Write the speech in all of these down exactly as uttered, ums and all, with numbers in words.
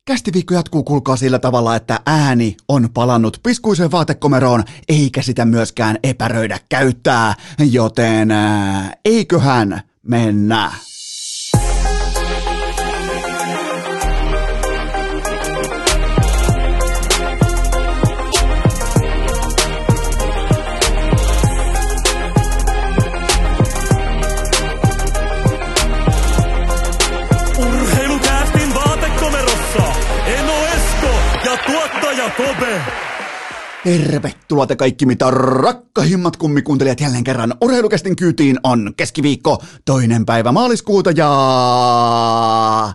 Kästiviikko jatkuu, kuulkaa sillä tavalla, että ääni on palannut piskuiseen vaatekomeroon, eikä sitä myöskään epäröidä käyttää, joten ää, eiköhän mennä. Tervetuloa te kaikki mitä rakkahimmat kummikuuntelijat jälleen kerran Urheilukästin kyytiin. On keskiviikko, toinen päivä maaliskuuta ja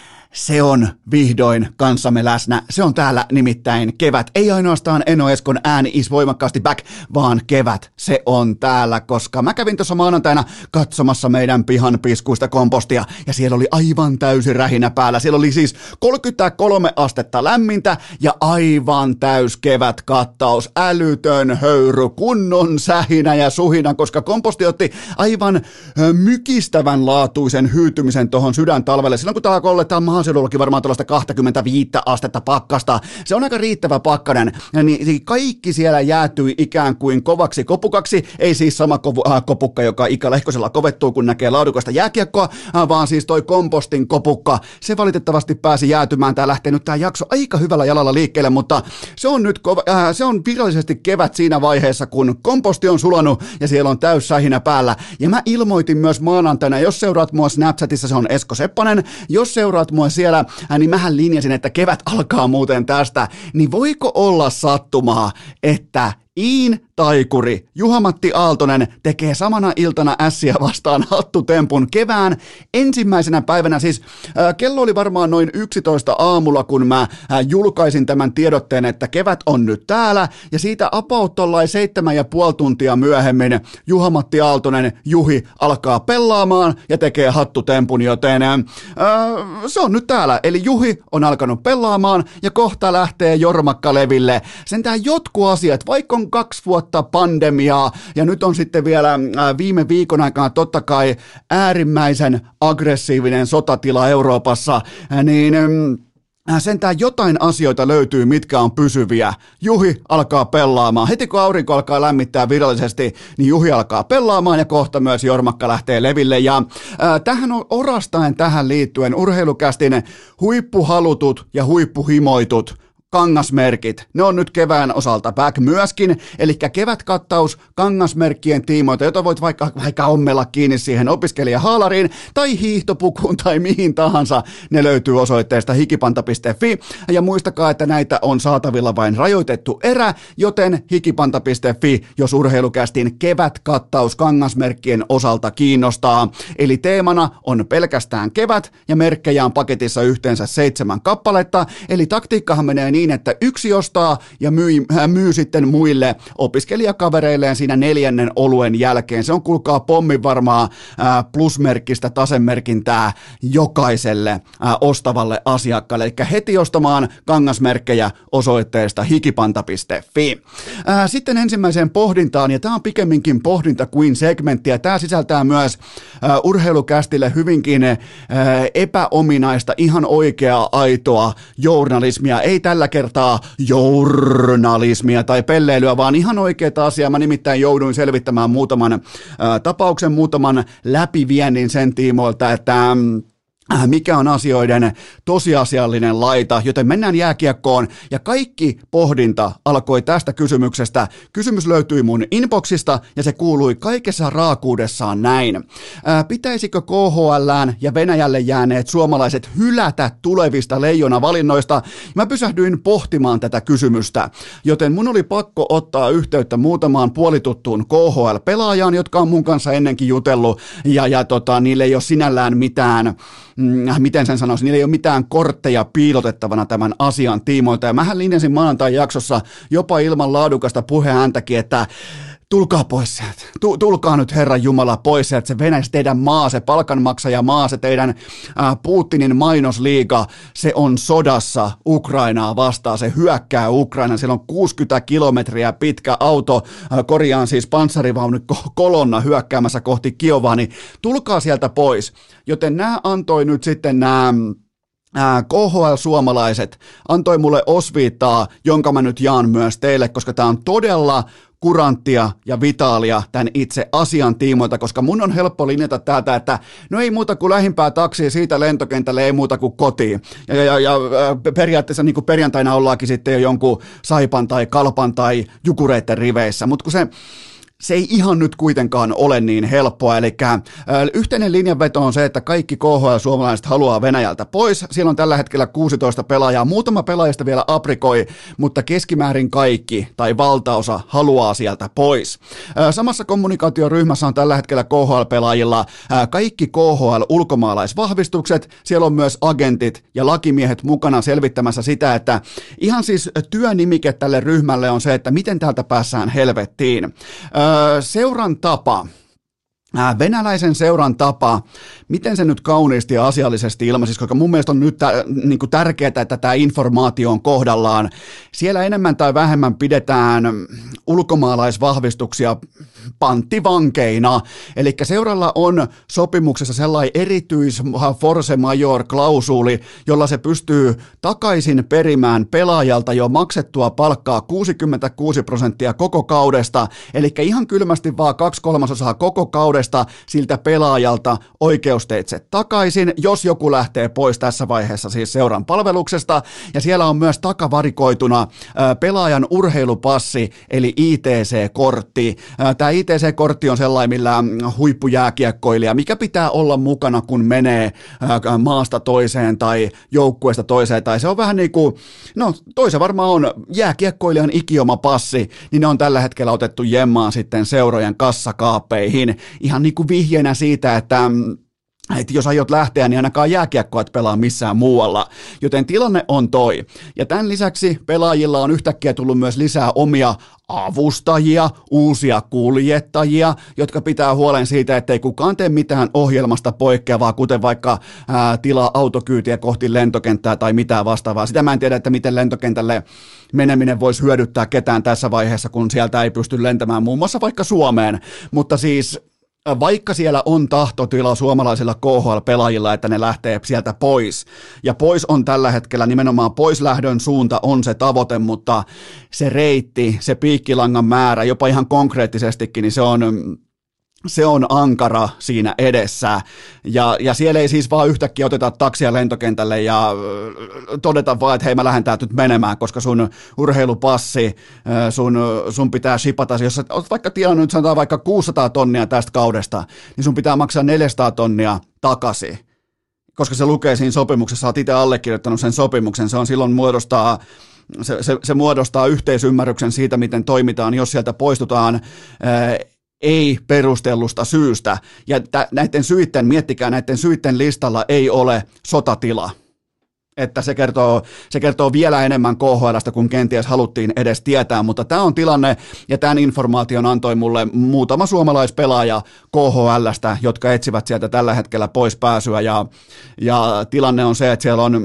se on vihdoin kanssamme läsnä. Se on täällä nimittäin kevät. Ei ainoastaan Eno Eskon ääni is voimakkaasti back, vaan kevät. Se on täällä, koska mä kävin tuossa maanantaina katsomassa meidän pihan piskuista kompostia ja siellä oli aivan täysi rähinä päällä. Siellä oli siis kolmekymmentäkolme astetta lämmintä ja aivan täys kevätkattaus. Älytön höyry, kunnon sähinä ja suhina, koska komposti otti aivan mykistävän laatuisen hyytymisen tuohon sydäntalvelle. Silloin kun tää alkoi olla täällä maaseudullakin varmaan tuollaista kaksikymmentäviisi astetta pakkasta. Se on aika riittävä pakkanen, niin kaikki siellä jäätyi ikään kuin kovaksi kopukaksi. Ei siis sama kovu, äh, kopukka, joka Ika Lehkosella kovettuu, kun näkee laadukasta jääkiekkoa, äh, vaan siis toi kompostin kopukka. Se valitettavasti pääsi jäätymään. Tää lähtee nyt tää jakso aika hyvällä jalalla liikkeelle, mutta se on nyt kova, äh, se on virallisesti kevät siinä vaiheessa, kun komposti on sulanut ja siellä on täys sähinä päällä. Ja mä ilmoitin myös maanantaina, jos seuraat mua Snapchatissa, se on Esko Seppanen, jos seuraat mua siellä, niin mähän linjasin, että kevät alkaa muuten tästä, niin voiko olla sattumaa, että Iin taikuri Juha-Matti Aaltonen tekee samana iltana ässiä vastaan hattutempun kevään ensimmäisenä päivänä. Siis äh, kello oli varmaan noin yksitoista aamulla, kun mä äh, julkaisin tämän tiedotteen, että kevät on nyt täällä. Ja siitä about tollain seitsemän ja puoli tuntia myöhemmin Juha-Matti Aaltonen, Juhi, alkaa pelaamaan ja tekee hattutempun, joten äh, se on nyt täällä. Eli Juhi on alkanut pelaamaan ja kohta lähtee Jormakka leville. Sentään jotkut asiat, vaikka on kaksi vuotta pandemiaa ja nyt on sitten vielä viime viikon aikana totta kai äärimmäisen aggressiivinen sotatila Euroopassa, niin sentään jotain asioita löytyy, mitkä on pysyviä. Juhi alkaa pelaamaan. Heti kun aurinko alkaa lämmittää virallisesti, niin Juhi alkaa pelaamaan ja kohta myös Jormakka lähtee leville. Ja äh, tähän on orastaen tähän liittyen Urheilukästin huippuhalutut ja huippuhimoitut kangasmerkit, ne on nyt kevään osalta back myöskin, eli kevätkattaus kangasmerkkien tiimoilta, jota voit vaikka, vaikka ommella kiinni siihen opiskelijahaalariin tai hiihtopukuun tai mihin tahansa, ne löytyy osoitteesta hikipanta piste fi, ja muistakaa, että näitä on saatavilla vain rajoitettu erä, joten hikipanta piste fi, jos Urheilukästin kevätkattaus kangasmerkkien osalta kiinnostaa, eli teemana on pelkästään kevät, ja merkkejä on paketissa yhteensä seitsemän kappaletta, eli taktiikkahan menee niin, niin, että yksi ostaa ja myy, myy sitten muille opiskelijakavereilleen siinä neljännen oluen jälkeen. Se on kuulkaa pommin varmaa ää, plusmerkkistä tasemerkintää jokaiselle ää, ostavalle asiakkaalle. Eli heti ostamaan kangasmerkkejä osoitteesta hikipanta piste fi. Ää, sitten ensimmäiseen pohdintaan, ja tämä on pikemminkin pohdinta kuin segmentti, ja tämä sisältää myös ää, Urheilukästille hyvinkin ää, epäominaista, ihan oikeaa, aitoa journalismia. Ei tällä kertaa journalismia tai pelleilyä, vaan ihan oikeaa asiaa. Mä nimittäin jouduin selvittämään muutaman ää, tapauksen, muutaman läpiviennin sen tiimoilta, että mikä on asioiden tosiasiallinen laita, joten mennään jääkiekkoon, ja kaikki pohdinta alkoi tästä kysymyksestä. Kysymys löytyi mun inboxista, ja se kuului kaikessa raakuudessaan näin. Ää, pitäisikö K H L:ään ja Venäjälle jääneet suomalaiset hylätä tulevista leijonavalinnoista? Mä pysähdyin pohtimaan tätä kysymystä, joten mun oli pakko ottaa yhteyttä muutamaan puolituttuun K H L-pelaajaan, jotka on mun kanssa ennenkin jutellut, ja, ja tota, niille ei ole sinällään mitään miten sen sanoisin, niillä ei ole mitään kortteja piilotettavana tämän asian tiimoilta, ja mähän linjasin maanantain jaksossa jopa ilman laadukasta puheääntäkin, että tulkaa pois sieltä, tulkaa nyt Herran Jumala pois sieltä, se Venäjä, se teidän maa, se palkanmaksaja maa, se teidän äh, Putinin mainosliiga, se on sodassa Ukrainaa vastaan, se hyökkää Ukrainaan, siellä on kuusikymmentä kilometriä pitkä auto, äh, korjaan siis panssarivaunu kolonna hyökkäämässä kohti Kiovaa, niin tulkaa sieltä pois, joten nämä antoi nyt sitten nämä K H L-suomalaiset antoi mulle osviittaa, jonka mä nyt jaan myös teille, koska tää on todella kuranttia ja vitaalia tämän itse asian tiimoilta, koska mun on helppo linjata täältä, että no ei muuta kuin lähimpää taksia siitä lentokentälle, ei muuta kuin kotiin. Ja, ja, ja periaatteessa niin kuin perjantaina ollaankin sitten jo jonkun Saipan tai Kalpan tai Jukureitten riveissä, mutta kun se Se ei ihan nyt kuitenkaan ole niin helppoa, eli yhteinen linjanveto on se, että kaikki K H L-suomalaiset haluaa Venäjältä pois. Siellä on tällä hetkellä kuusitoista pelaajaa, muutama pelaajista vielä aprikoi, mutta keskimäärin kaikki tai valtaosa haluaa sieltä pois. Samassa kommunikaatioryhmässä on tällä hetkellä K H L-pelaajilla kaikki K H L-ulkomaalaisvahvistukset, siellä on myös agentit ja lakimiehet mukana selvittämässä sitä, että ihan siis työnimike tälle ryhmälle on se, että miten täältä päässään helvettiin. Seuran tapa, venäläisen seuran tapa, miten se nyt kauniisti ja asiallisesti ilmaisisi, koska mun mielestä on nyt tä, niin kuin tärkeää, että tämä informaatio on kohdallaan. Siellä enemmän tai vähemmän pidetään ulkomaalaisvahvistuksia panttivankeina, eli seuralla on sopimuksessa sellainen erityis force major -klausuuli, jolla se pystyy takaisin perimään pelaajalta jo maksettua palkkaa kuusikymmentäkuusi prosenttia koko kaudesta, eli ihan kylmästi vaan kaksi kolmasosaa koko kaudesta siltä pelaajalta oikeusteitse takaisin, jos joku lähtee pois tässä vaiheessa siis seuran palveluksesta, ja siellä on myös takavarikoituna pelaajan urheilupassi, eli I T C-kortti. Tämä I T C-kortti on sellainen, millä huippujääkiekkoilija, mikä pitää olla mukana, kun menee maasta toiseen tai joukkueesta toiseen, tai se on vähän niin kuin, no toisa varmaan on jääkiekkoilijan ikioma passi, niin ne on tällä hetkellä otettu jemmaan sitten seurojen kassakaappeihin, ihan niin kuin vihjeenä siitä, että että jos aiot lähteä, niin ainakaan jääkiekkoa et pelaa missään muualla. Joten tilanne on toi. Ja tämän lisäksi pelaajilla on yhtäkkiä tullut myös lisää omia avustajia, uusia kuljettajia, jotka pitää huolen siitä, ettei kukaan tee mitään ohjelmasta poikkeavaa, kuten vaikka ää, tilaa autokyytiä kohti lentokenttää tai mitään vastaavaa. Sitä mä en tiedä, että miten lentokentälle meneminen voisi hyödyttää ketään tässä vaiheessa, kun sieltä ei pysty lentämään muun muassa vaikka Suomeen, mutta siis vaikka siellä on tahtotila suomalaisilla K H L-pelaajilla, että ne lähtee sieltä pois, ja pois on tällä hetkellä nimenomaan poislähdön suunta on se tavoite, mutta se reitti, se piikkilangan määrä, jopa ihan konkreettisestikin, niin se on se on ankara siinä edessä, ja, ja siellä ei siis vaan yhtäkkiä oteta taksia lentokentälle ja todeta vaan, että hei mä lähden täältä nyt menemään, koska sun urheilupassi, sun, sun pitää shipata, jos sä oot vaikka tilannut, nyt sanotaan vaikka kuusisataa tonnia tästä kaudesta, niin sun pitää maksaa neljäsataa tonnia takaisin, koska se lukee siinä sopimuksessa, sä oot itse allekirjoittanut sen sopimuksen, se on silloin muodostaa se, se, se muodostaa yhteisymmärryksen siitä, miten toimitaan, jos sieltä poistutaan ää, ei perustellusta syystä. Ja tä, näiden syitten, miettikää, näiden syitten listalla ei ole sotatila. Että se kertoo, se kertoo vielä enemmän K H L:stä kuin kenties haluttiin edes tietää, mutta tämä on tilanne, ja tämän informaation antoi mulle muutama suomalaispelaaja K H L:stä, jotka etsivät sieltä tällä hetkellä pois pääsyä, ja, ja tilanne on se, että siellä on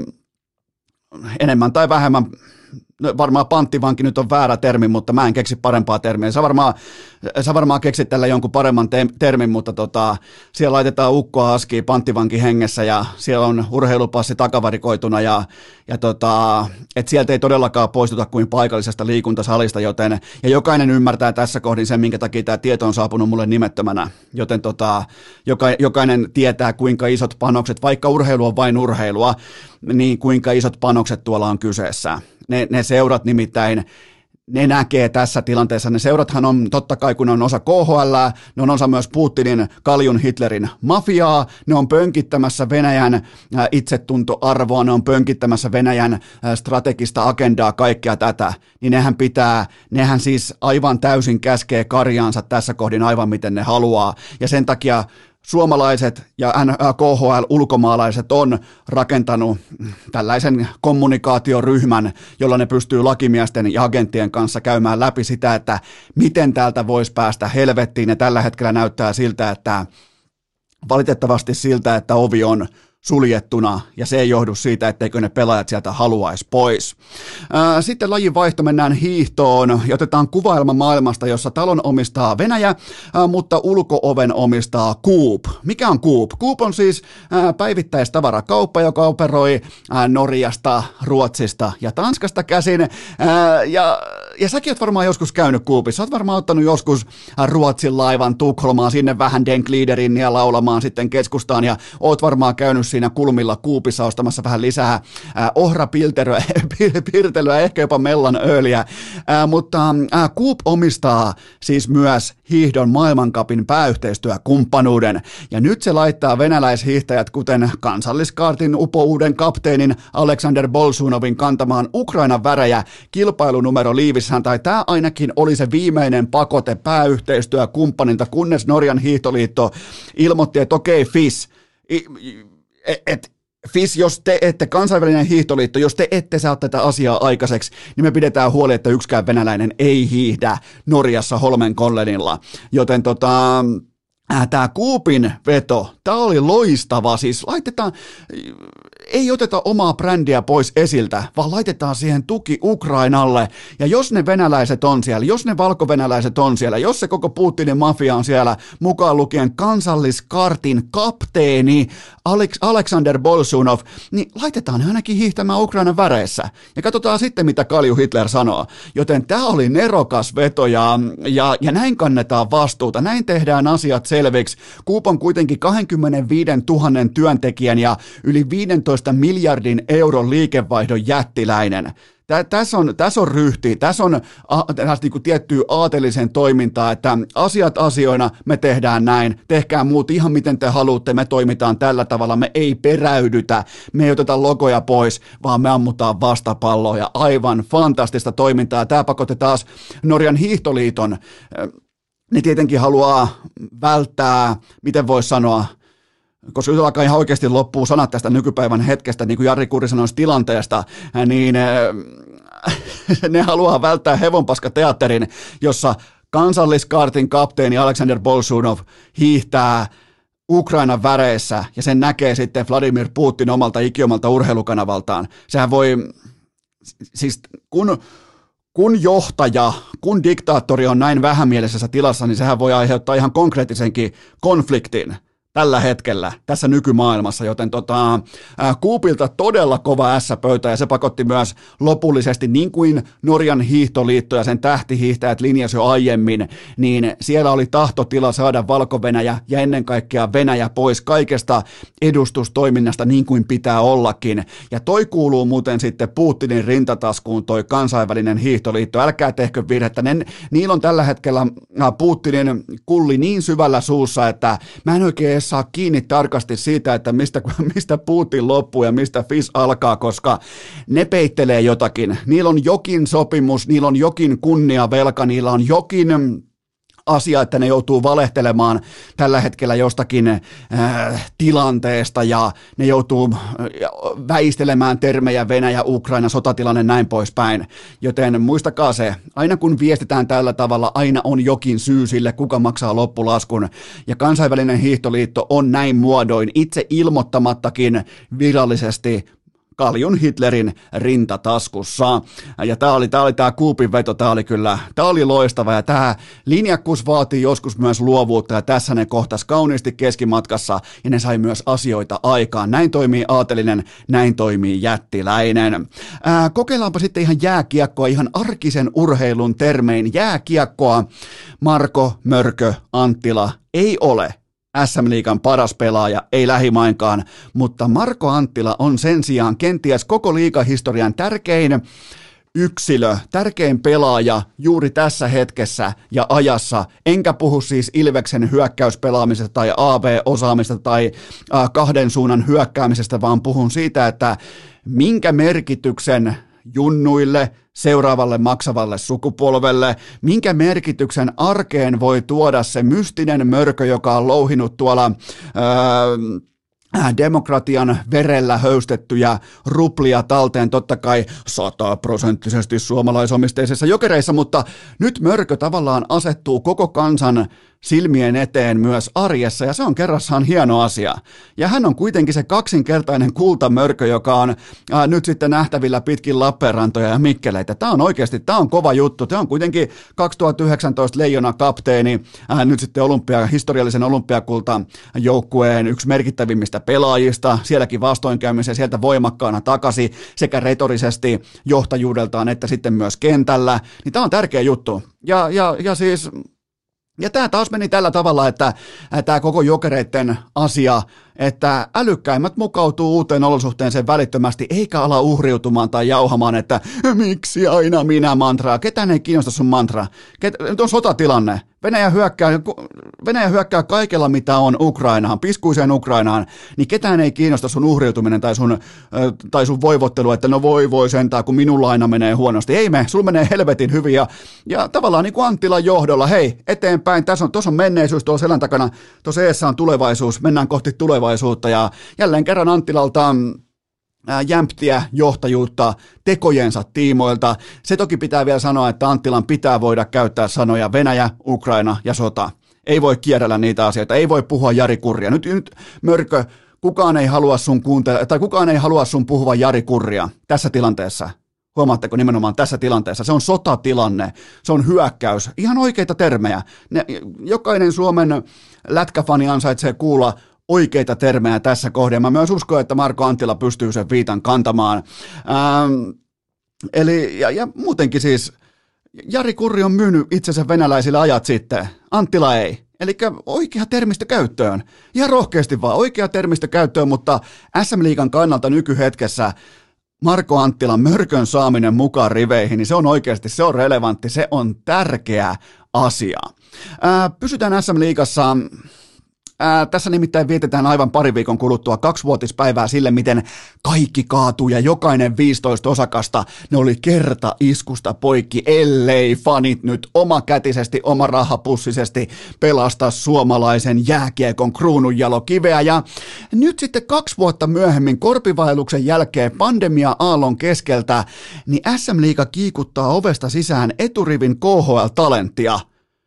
enemmän tai vähemmän, no varmaan panttivanki nyt on väärä termi, mutta mä en keksi parempaa termiä. Sä varmaan, sä varmaan keksit tällä jonkun paremman te- termin, mutta tota, siellä laitetaan ukkoa askiin panttivanki hengessä ja siellä on urheilupassi takavarikoituna ja, ja tota, et sieltä ei todellakaan poistuta kuin paikallisesta liikuntasalista, joten ja jokainen ymmärtää tässä kohdin sen, minkä takia tämä tieto on saapunut mulle nimettömänä, joten tota, joka, jokainen tietää, kuinka isot panokset, vaikka urheilu on vain urheilua, niin kuinka isot panokset tuolla on kyseessä. Ne, ne seurat nimittäin, ne näkee tässä tilanteessa, ne seurathan on totta kai, kun on osa K H L, ne on osa myös Putinin, Kaljun, Hitlerin mafiaa, ne on pönkittämässä Venäjän itsetuntoarvoa, ne on pönkittämässä Venäjän strategista agendaa, kaikkea tätä, niin nehän pitää, nehän siis aivan täysin käskee karjaansa tässä kohdin aivan miten ne haluaa, ja sen takia suomalaiset ja K H L-ulkomaalaiset on rakentanut tällaisen kommunikaatioryhmän, jolla ne pystyy lakimiesten ja agenttien kanssa käymään läpi sitä, että miten täältä voisi päästä helvettiin, ja tällä hetkellä näyttää siltä, että valitettavasti siltä, että ovi on suljettuna, ja se ei johdu siitä, etteikö ne pelaajat sieltä haluaisi pois. Sitten lajin vaihto, mennään hiihtoon ja otetaan kuvailma maailmasta, jossa talon omistaa Venäjä, mutta ulko-oven omistaa Coop. Mikä on Coop? Coop on siis päivittäistavarakauppa, joka operoi Norjasta, Ruotsista ja Tanskasta käsin, ja, ja säkin oot varmaan joskus käynyt Coopissa, oot varmaan ottanut joskus Ruotsin laivan Tukholmaan, sinne vähän Denkliederin ja laulamaan sitten keskustaan, ja oot varmaan käynyt siinä kulmilla Coopissa ostamassa vähän lisää äh, ohrapiltelyä, pirtelyä, ehkä jopa mellan öljyä, äh, mutta äh, Coop omistaa siis myös hiihdon maailmancupin pääyhteistyökumppanuuden, ja nyt se laittaa venäläishiihtäjät, kuten kansalliskaartin upouuden kapteenin Aleksander Bolshunovin kantamaan Ukrainan värejä kilpailunumero liivissään, tai tämä ainakin oli se viimeinen pakote pääyhteistyökumppanilta, kunnes Norjan hiihtoliitto ilmoitti, että okei, okay, F I S, että F I S, jos te ette, kansainvälinen hiihtoliitto, jos te ette saa tätä asiaa aikaiseksi, niin me pidetään huoli, että yksikään venäläinen ei hiihdä Norjassa Holmenkollenilla. Joten tota, äh, tämä Coopin veto, tämä oli loistava, siis laitetaan, ei oteta omaa brändiä pois esiltä, vaan laitetaan siihen tuki Ukrainalle, ja jos ne venäläiset on siellä, jos ne valkovenäläiset on siellä, jos se koko Putinin mafia on siellä, mukaan lukien kansalliskartin kapteeni Alex, Aleksander Bolshunov, niin laitetaan ne ainakin hiihtämään Ukrainan väreissä, ja katsotaan sitten, mitä Kalju Hitler sanoo, joten tämä oli nerokas veto, ja, ja, ja näin kannetaan vastuuta, näin tehdään asiat selviksi. Coop on kuitenkin kaksikymmentäviisituhatta työntekijän ja yli viisitoista miljardin euron liikevaihdon jättiläinen. Tässä on, tässä on ryhti, tässä on a, tässä niin kuin tiettyä aatelisen toimintaa, että asiat asioina me tehdään näin, tehkää muut ihan miten te haluatte, me toimitaan tällä tavalla, me ei peräydytä, me ei oteta logoja pois, vaan me ammutaan vastapalloja, aivan fantastista toimintaa. Tämä pakotti taas Norjan hiihtoliiton, ne tietenkin haluaa välttää, miten voisi sanoa, koska nyt alkaa ihan oikeasti loppuu sanat tästä nykypäivän hetkestä, niin kuin Jari Kurri sanoisi tilanteesta, niin ne haluaa välttää hevonpaskateatterin, jossa kansalliskaartin kapteeni Aleksander Bolshunov hiihtää Ukrainan väreissä, ja sen näkee sitten Vladimir Putin omalta ikiomalta urheilukanavaltaan. Sehän voi, siis kun... Kun johtaja, kun diktaattori on näin vähämielisessä tilassa, niin sehän voi aiheuttaa ihan konkreettisenkin konfliktin tällä hetkellä, tässä nykymaailmassa, joten tota, Coopilta todella kova ässäpöytä, ja se pakotti myös lopullisesti, niin kuin Norjan hiihtoliitto ja sen tähtihiihtäjät linjasi jo aiemmin, niin siellä oli tahtotila saada Valko-Venäjä ja ennen kaikkea Venäjä pois kaikesta edustustoiminnasta niin kuin pitää ollakin, ja toi kuuluu muuten sitten Putinin rintataskuun toi kansainvälinen hiihtoliitto, älkää tehkö virhettä, ne, niillä on tällä hetkellä Putinin kulli niin syvällä suussa, että mä en oikein edes saa kiinni tarkasti siitä, että mistä, mistä Putin loppuu ja mistä F I S alkaa, koska ne peittelee jotakin. Niillä on jokin sopimus, niillä on jokin kunniavelka, niillä on jokin asia, että ne joutuu valehtelemaan tällä hetkellä jostakin äh, tilanteesta, ja ne joutuu äh, väistelemään termejä Venäjä, Ukraina, sotatilanne, näin poispäin. Joten muistakaa se, aina kun viestitään tällä tavalla, aina on jokin syy sille, kuka maksaa loppulaskun. Ja kansainvälinen hiihtoliitto on näin muodoin itse ilmoittamattakin virallisesti Kaljun Hitlerin rintataskussa. Ja tämä oli tämä oli tämä Coopin veto, tämä oli kyllä, tämä oli loistava, ja tämä linjakkuus vaatii joskus myös luovuutta, ja tässä ne kohtas kauniisti keskimatkassa, ja ne sai myös asioita aikaan. Näin toimii aatelinen, näin toimii jättiläinen. Ää, kokeillaanpa sitten ihan jääkiekkoa, ihan arkisen urheilun termein. Jääkiekkoa Marko Mörkö Anttila ei ole S M-liigan paras pelaaja, ei lähimainkaan, mutta Marko Anttila on sen sijaan kenties koko liigahistorian tärkein yksilö, tärkein pelaaja juuri tässä hetkessä ja ajassa, enkä puhu siis Ilveksen hyökkäyspelaamisesta tai A V-osaamista tai kahden suunnan hyökkäämisestä, vaan puhun siitä, että minkä merkityksen junnuille, seuraavalle maksavalle sukupolvelle, minkä merkityksen arkeen voi tuoda se mystinen Mörkö, joka on louhinut tuolla ää, demokratian verellä höystettyjä ruplia talteen, totta kai sataprosenttisesti suomalaisomisteisissa Jokereissa, mutta nyt Mörkö tavallaan asettuu koko kansan silmien eteen myös arjessa, ja se on kerrassaan hieno asia. Ja hän on kuitenkin se kaksinkertainen kultamörkö, joka on ää, nyt sitten nähtävillä pitkin Lappeenrantoja ja Mikkeleitä. Tämä on oikeasti, tämä on kova juttu. Tämä on kuitenkin kaksituhattayhdeksäntoista Leijona kapteeni, ää, nyt sitten olympia, historiallisen olympiakultajoukkueen yksi merkittävimmistä pelaajista, sielläkin vastoinkäymisiä, sieltä voimakkaana takaisin sekä retorisesti johtajuudeltaan että sitten myös kentällä. Niin tämä on tärkeä juttu. Ja, ja, ja siis... Ja tämä taas meni tällä tavalla, että tämä koko Jokereiden asia, että älykkäimmät mukautuu uuteen olosuhteeseen välittömästi, eikä ala uhriutumaan tai jauhamaan, että miksi aina minä mantraa, ketään ei kiinnosta sun mantra. Ket, nyt on sotatilanne. Venäjä hyökkää, Venäjä hyökkää kaikella, mitä on Ukrainaan, piskuiseen Ukrainaan, niin ketään ei kiinnosta sun uhriutuminen tai sun, tai sun voivottelu, että no voi voi sentään, kun minulla aina menee huonosti. Ei me, sulla menee helvetin hyvin ja, ja tavallaan niin kuin Anttilan johdolla, hei, eteenpäin, tässä on, tuossa on menneisyys, tuolla selän takana, tuossa eessä on tulevaisuus, mennään kohti tulevaisuutta ja jälleen kerran Anttilalta jämptiä johtajuutta tekojensa tiimoilta. Se toki pitää vielä sanoa, että Anttilan pitää voida käyttää sanoja Venäjä, Ukraina ja sota. Ei voi kierrellä niitä asioita, ei voi puhua Jari Kurria. Nyt, nyt Mörkö, kukaan ei halua sun kuuntele- tai kukaan ei halua sun puhuva Jari Kurria tässä tilanteessa. Huomaatteko nimenomaan tässä tilanteessa? Se on sotatilanne, se on hyökkäys, ihan oikeita termejä. Ne, jokainen Suomen lätkäfani ansaitsee kuulla oikeita termejä tässä kohdassa. Mä myös uskon, että Marko Anttila pystyy sen viitan kantamaan. Ähm, eli, ja, ja muutenkin siis, Jari Kurri on myynyt itsensä venäläisille ajat sitten, Anttila ei. Eli oikea termistö käyttöön. Ihan rohkeasti vaan, oikea termistö käyttöön, mutta S M-liigan kannalta nykyhetkessä Marko Anttilan Mörkön saaminen mukaan riveihin, niin se on oikeasti, se on relevantti, se on tärkeä asia. Äh, pysytään S M-liigassa. Ää, tässä nimittäin vietetään aivan pari viikon kuluttua kaksivuotispäivää sille, miten kaikki kaatuu ja jokainen viisitoista osakasta, ne oli kerta iskusta poikki, ellei fanit nyt omakätisesti, oma rahapussisesti pelasta suomalaisen jääkiekon kruununjalokiveä. Ja nyt sitten kaksi vuotta myöhemmin korpivaelluksen jälkeen pandemia-aallon keskeltä, niin S M-liiga kiikuttaa ovesta sisään eturivin K H L-talenttia.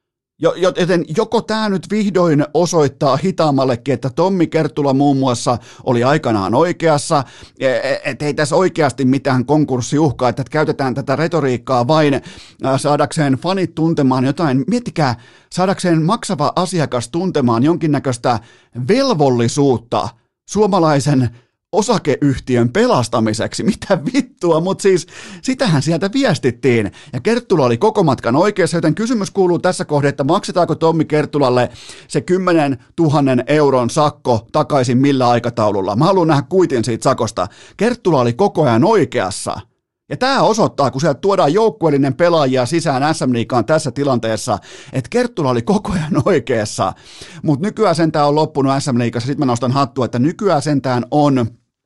Joten joko tämä nyt vihdoin osoittaa hitaammallekin, että Tommi Kerttula muun muassa oli aikanaan oikeassa, että ei tässä oikeasti mitään konkurssiuhkaa, että käytetään tätä retoriikkaa vain saadakseen fanit tuntemaan jotain, miettikää, saadakseen maksava asiakas tuntemaan jonkinnäköistä velvollisuutta suomalaisen osakeyhtiön pelastamiseksi, mitä vittua, mutta siis sitähän sieltä viestittiin, ja Kerttula oli koko matkan oikeassa, joten kysymys kuuluu tässä kohdassa, että maksetaanko Tommi Kerttulalle se kymmenen tuhannen euron sakko takaisin millä aikataululla. Mä haluan nähdä kuitin siitä sakosta. Kerttula oli koko ajan oikeassa. Ja tämä osoittaa, kun sieltä tuodaan joukkueellinen pelaajia sisään S M-liigaan tässä tilanteessa, että Kerttula oli koko ajan oikeassa, mutta nykyään sentään on loppunut S M-liigassa, sitten mä nostan hattua, että nykyään sentään on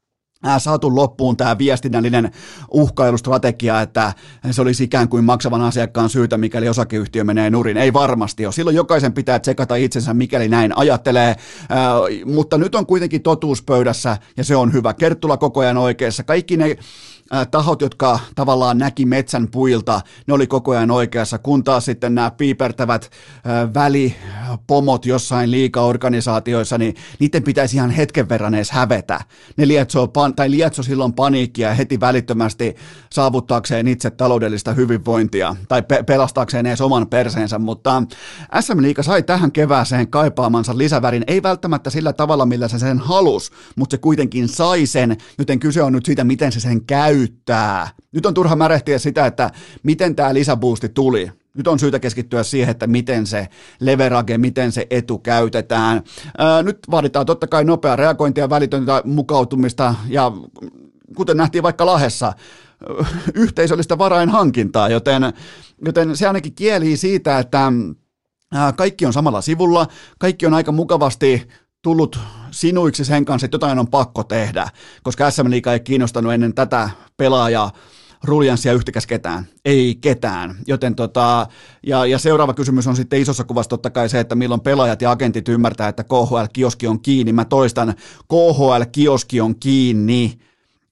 saatu loppuun tämä viestinnällinen uhkailustrategia, että se olisi ikään kuin maksavan asiakkaan syytä, mikäli osakeyhtiö menee nurin. Ei varmasti ole. Silloin jokaisen pitää tsekata itsensä, mikäli näin ajattelee, äh, mutta nyt on kuitenkin totuus pöydässä ja se on hyvä. Kerttula koko ajan oikeassa. Kaikki ne tahot, jotka tavallaan näki metsän puilta, ne oli koko ajan oikeassa, kun taas sitten nämä piipertävät välipomot jossain liigaorganisaatioissa, niin niiden pitäisi ihan hetken verran edes hävetä. Ne lietsoo, tai lietso silloin paniikkia heti välittömästi saavuttaakseen itse taloudellista hyvinvointia, tai pe- pelastaakseen edes oman perseensä, mutta S M-liiga sai tähän kevääseen kaipaamansa lisävärin, ei välttämättä sillä tavalla, millä se sen halusi, mutta se kuitenkin sai sen, joten kyse on nyt siitä, miten se sen käy. Käyttää. Nyt on turha märehtiä sitä, että miten tämä lisäboosti tuli. Nyt on syytä keskittyä siihen, että miten se leverage, miten se etu käytetään. Ää, nyt vaaditaan totta kai nopeaa reagointia, välitöntä mukautumista ja kuten nähtiin vaikka Lahdessa, yhteisöllistä varainhankintaa, joten, joten se ainakin kielii siitä, että ää, kaikki on samalla sivulla, kaikki on aika mukavasti tullut sinuiksi sen kanssa, että jotain on pakko tehdä, koska S M-liiga ei kiinnostanut ennen tätä pelaajaa ruljanssia yhtäkäs ketään, ei ketään, joten tota, ja, ja seuraava kysymys on sitten isossa kuvassa totta kai se, että milloin pelaajat ja agentit ymmärtää, että K H L-kioski on kiinni, mä toistan, K H L-kioski on kiinni,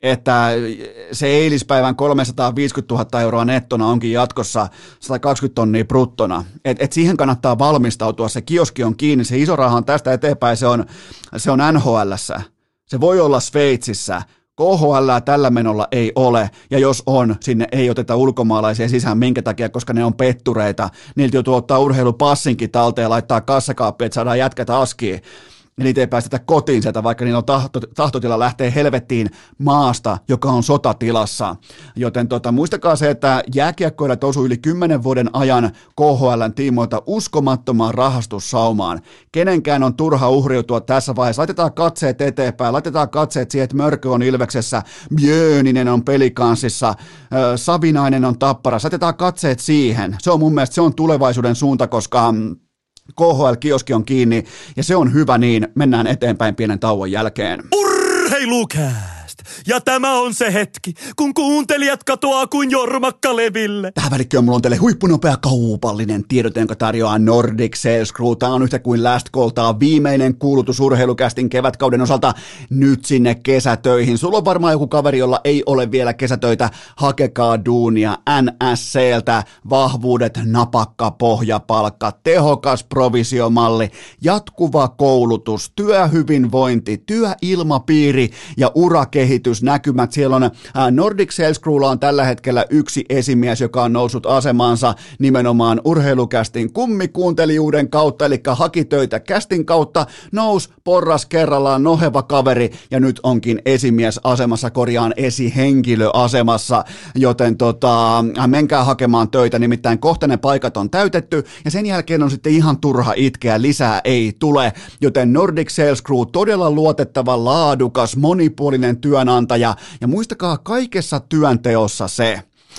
että se eilispäivän kolmesataaviisikymmentätuhatta euroa nettona onkin jatkossa sata kaksikymmentä tonnia bruttona. Et, et siihen kannattaa valmistautua, se kioski on kiinni, se iso raha on tästä eteenpäin, se on, se on N H L:ssä, se voi olla Sveitsissä, K H L tällä menolla ei ole, ja jos on, sinne ei oteta ulkomaalaisia sisään, minkä takia, koska ne on pettureita, niiltä joutuu ottaa urheilupassinkin talteen ja laittaa kassakaappiin, että saadaan jätkät askiin. Ja niitä ei päästetä kotiin sieltä, vaikka niillä on tahto, tahtotila lähtee helvettiin maasta, joka on sotatilassa. Joten tota, muistakaa se, että jääkiekkoilijat osuu yli kymmenen vuoden ajan K H L:n tiimoilta uskomattomaan rahastussaumaan. Kenenkään on turha uhriutua tässä vaiheessa. Laitetaan katseet eteenpäin, laitetaan katseet siihen, että Mörkö on Ilveksessä, Björninen on Pelicansissa, Savinainen on Tapparassa. Laitetaan katseet siihen. Se on mun mielestä se on tulevaisuuden suunta, koska K H L-kioski on kiinni, ja se on hyvä niin. Mennään eteenpäin pienen tauon jälkeen. Urheilukääst! Ja tämä on se hetki, kun kuuntelijat katoaa kuin jormakka leville. Tähän välikköön mulla on teille huippunopea kaupallinen tiedote, jonka tarjoaa Nordic Sales Crew. Tämä on yhtä kuin Last Call. Tämä on viimeinen kuulutus Urheilukästin kevätkauden osalta nyt sinne kesätöihin. Sulla on varmaan joku kaveri, jolla ei ole vielä kesätöitä. Hakekaa duunia N S C:ltä. Vahvuudet, napakka, pohjapalkka, tehokas provisiomalli, jatkuva koulutus, työhyvinvointi, työilmapiiri ja urakehitys. Näkymät. Siellä on ää, Nordic Sales Crewlla on tällä hetkellä yksi esimies, joka on noussut asemansa nimenomaan Urheilukästin kummikuuntelijuuden kautta, eli haki töitä kästin kautta, nousi porras kerrallaan, noheva kaveri, ja nyt onkin esimies asemassa, korjaan esihenkilöasemassa, joten tota, menkää hakemaan töitä, nimittäin kohta ne paikat on täytetty, ja sen jälkeen on sitten ihan turha itkeä, lisää ei tule, joten Nordic Sales Crew todella luotettava, laadukas, monipuolinen työnantaja, ja muistakaa kaikessa työnteossa se,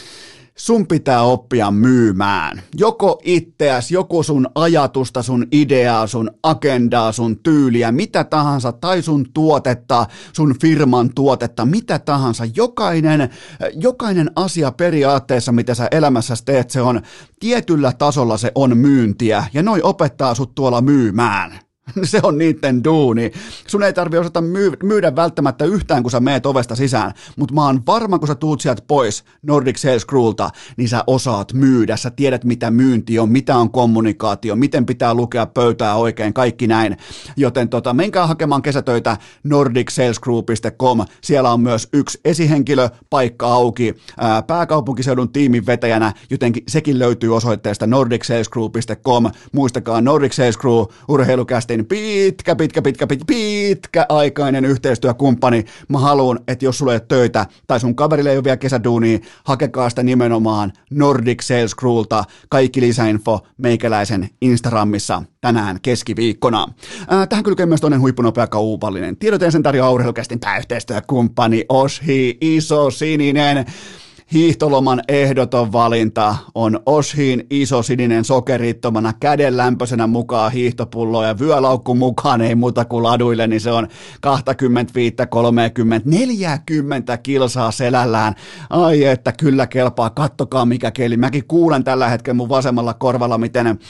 sun pitää oppia myymään. Joko itseäs, joko sun ajatusta, sun ideaa, sun agendaa, sun tyyliä, mitä tahansa, tai sun tuotetta, sun firman tuotetta, mitä tahansa. Jokainen, jokainen asia periaatteessa, mitä sä elämässäsi teet, se on tietyllä tasolla se on myyntiä, ja noi opettaa sut tuolla myymään. Se on niitten duuni. Sun ei tarvitse osata myydä välttämättä yhtään, kun sä meet ovesta sisään, mutta mä oon varma, kun sä tuut sieltä pois Nordic Sales Crewlta, niin sä osaat myydä. Sä tiedät, mitä myynti on, mitä on kommunikaatio, miten pitää lukea pöytää oikein, kaikki näin. Joten tota, menkää hakemaan kesätöitä nordic sales crew piste com. Siellä on myös yksi esihenkilö, paikka auki, ää, pääkaupunkiseudun tiimin vetäjänä, jotenkin sekin löytyy osoitteesta nordic sales crew piste com. Muistakaa Nordic Sales Crew, Urheilukästin pitkä, pitkä, pitkä, pitkä, pitkäaikainen yhteistyökumppani. Mä haluan, että jos sulla ei ole töitä tai sun kaverille ei ole vielä kesäduunia, hakekaa sitä nimenomaan Nordic Sales Crewlta. Kaikki lisäinfo meikäläisen Instagramissa tänään keskiviikkona. Ää, tähän kylkee myös toinen huippunopea kaupallinen tiedote, sen tarjoaa Urheilukästin pääyhteistyökumppani Oshi Iso Sininen. Hiihtoloman ehdoton valinta on Oshin iso sininen sokerittomana kädenlämpöisenä mukaan hiihtopulloa ja vyölaukku mukaan ei muuta kuin laduille, niin se on kaksikymmentäviisi, kolmekymmentä, neljäkymmentä kilsaa selällään. Ai että kyllä kelpaa, kattokaa mikä keli. Mäkin kuulen tällä hetkellä mun vasemmalla korvalla, miten Ähm,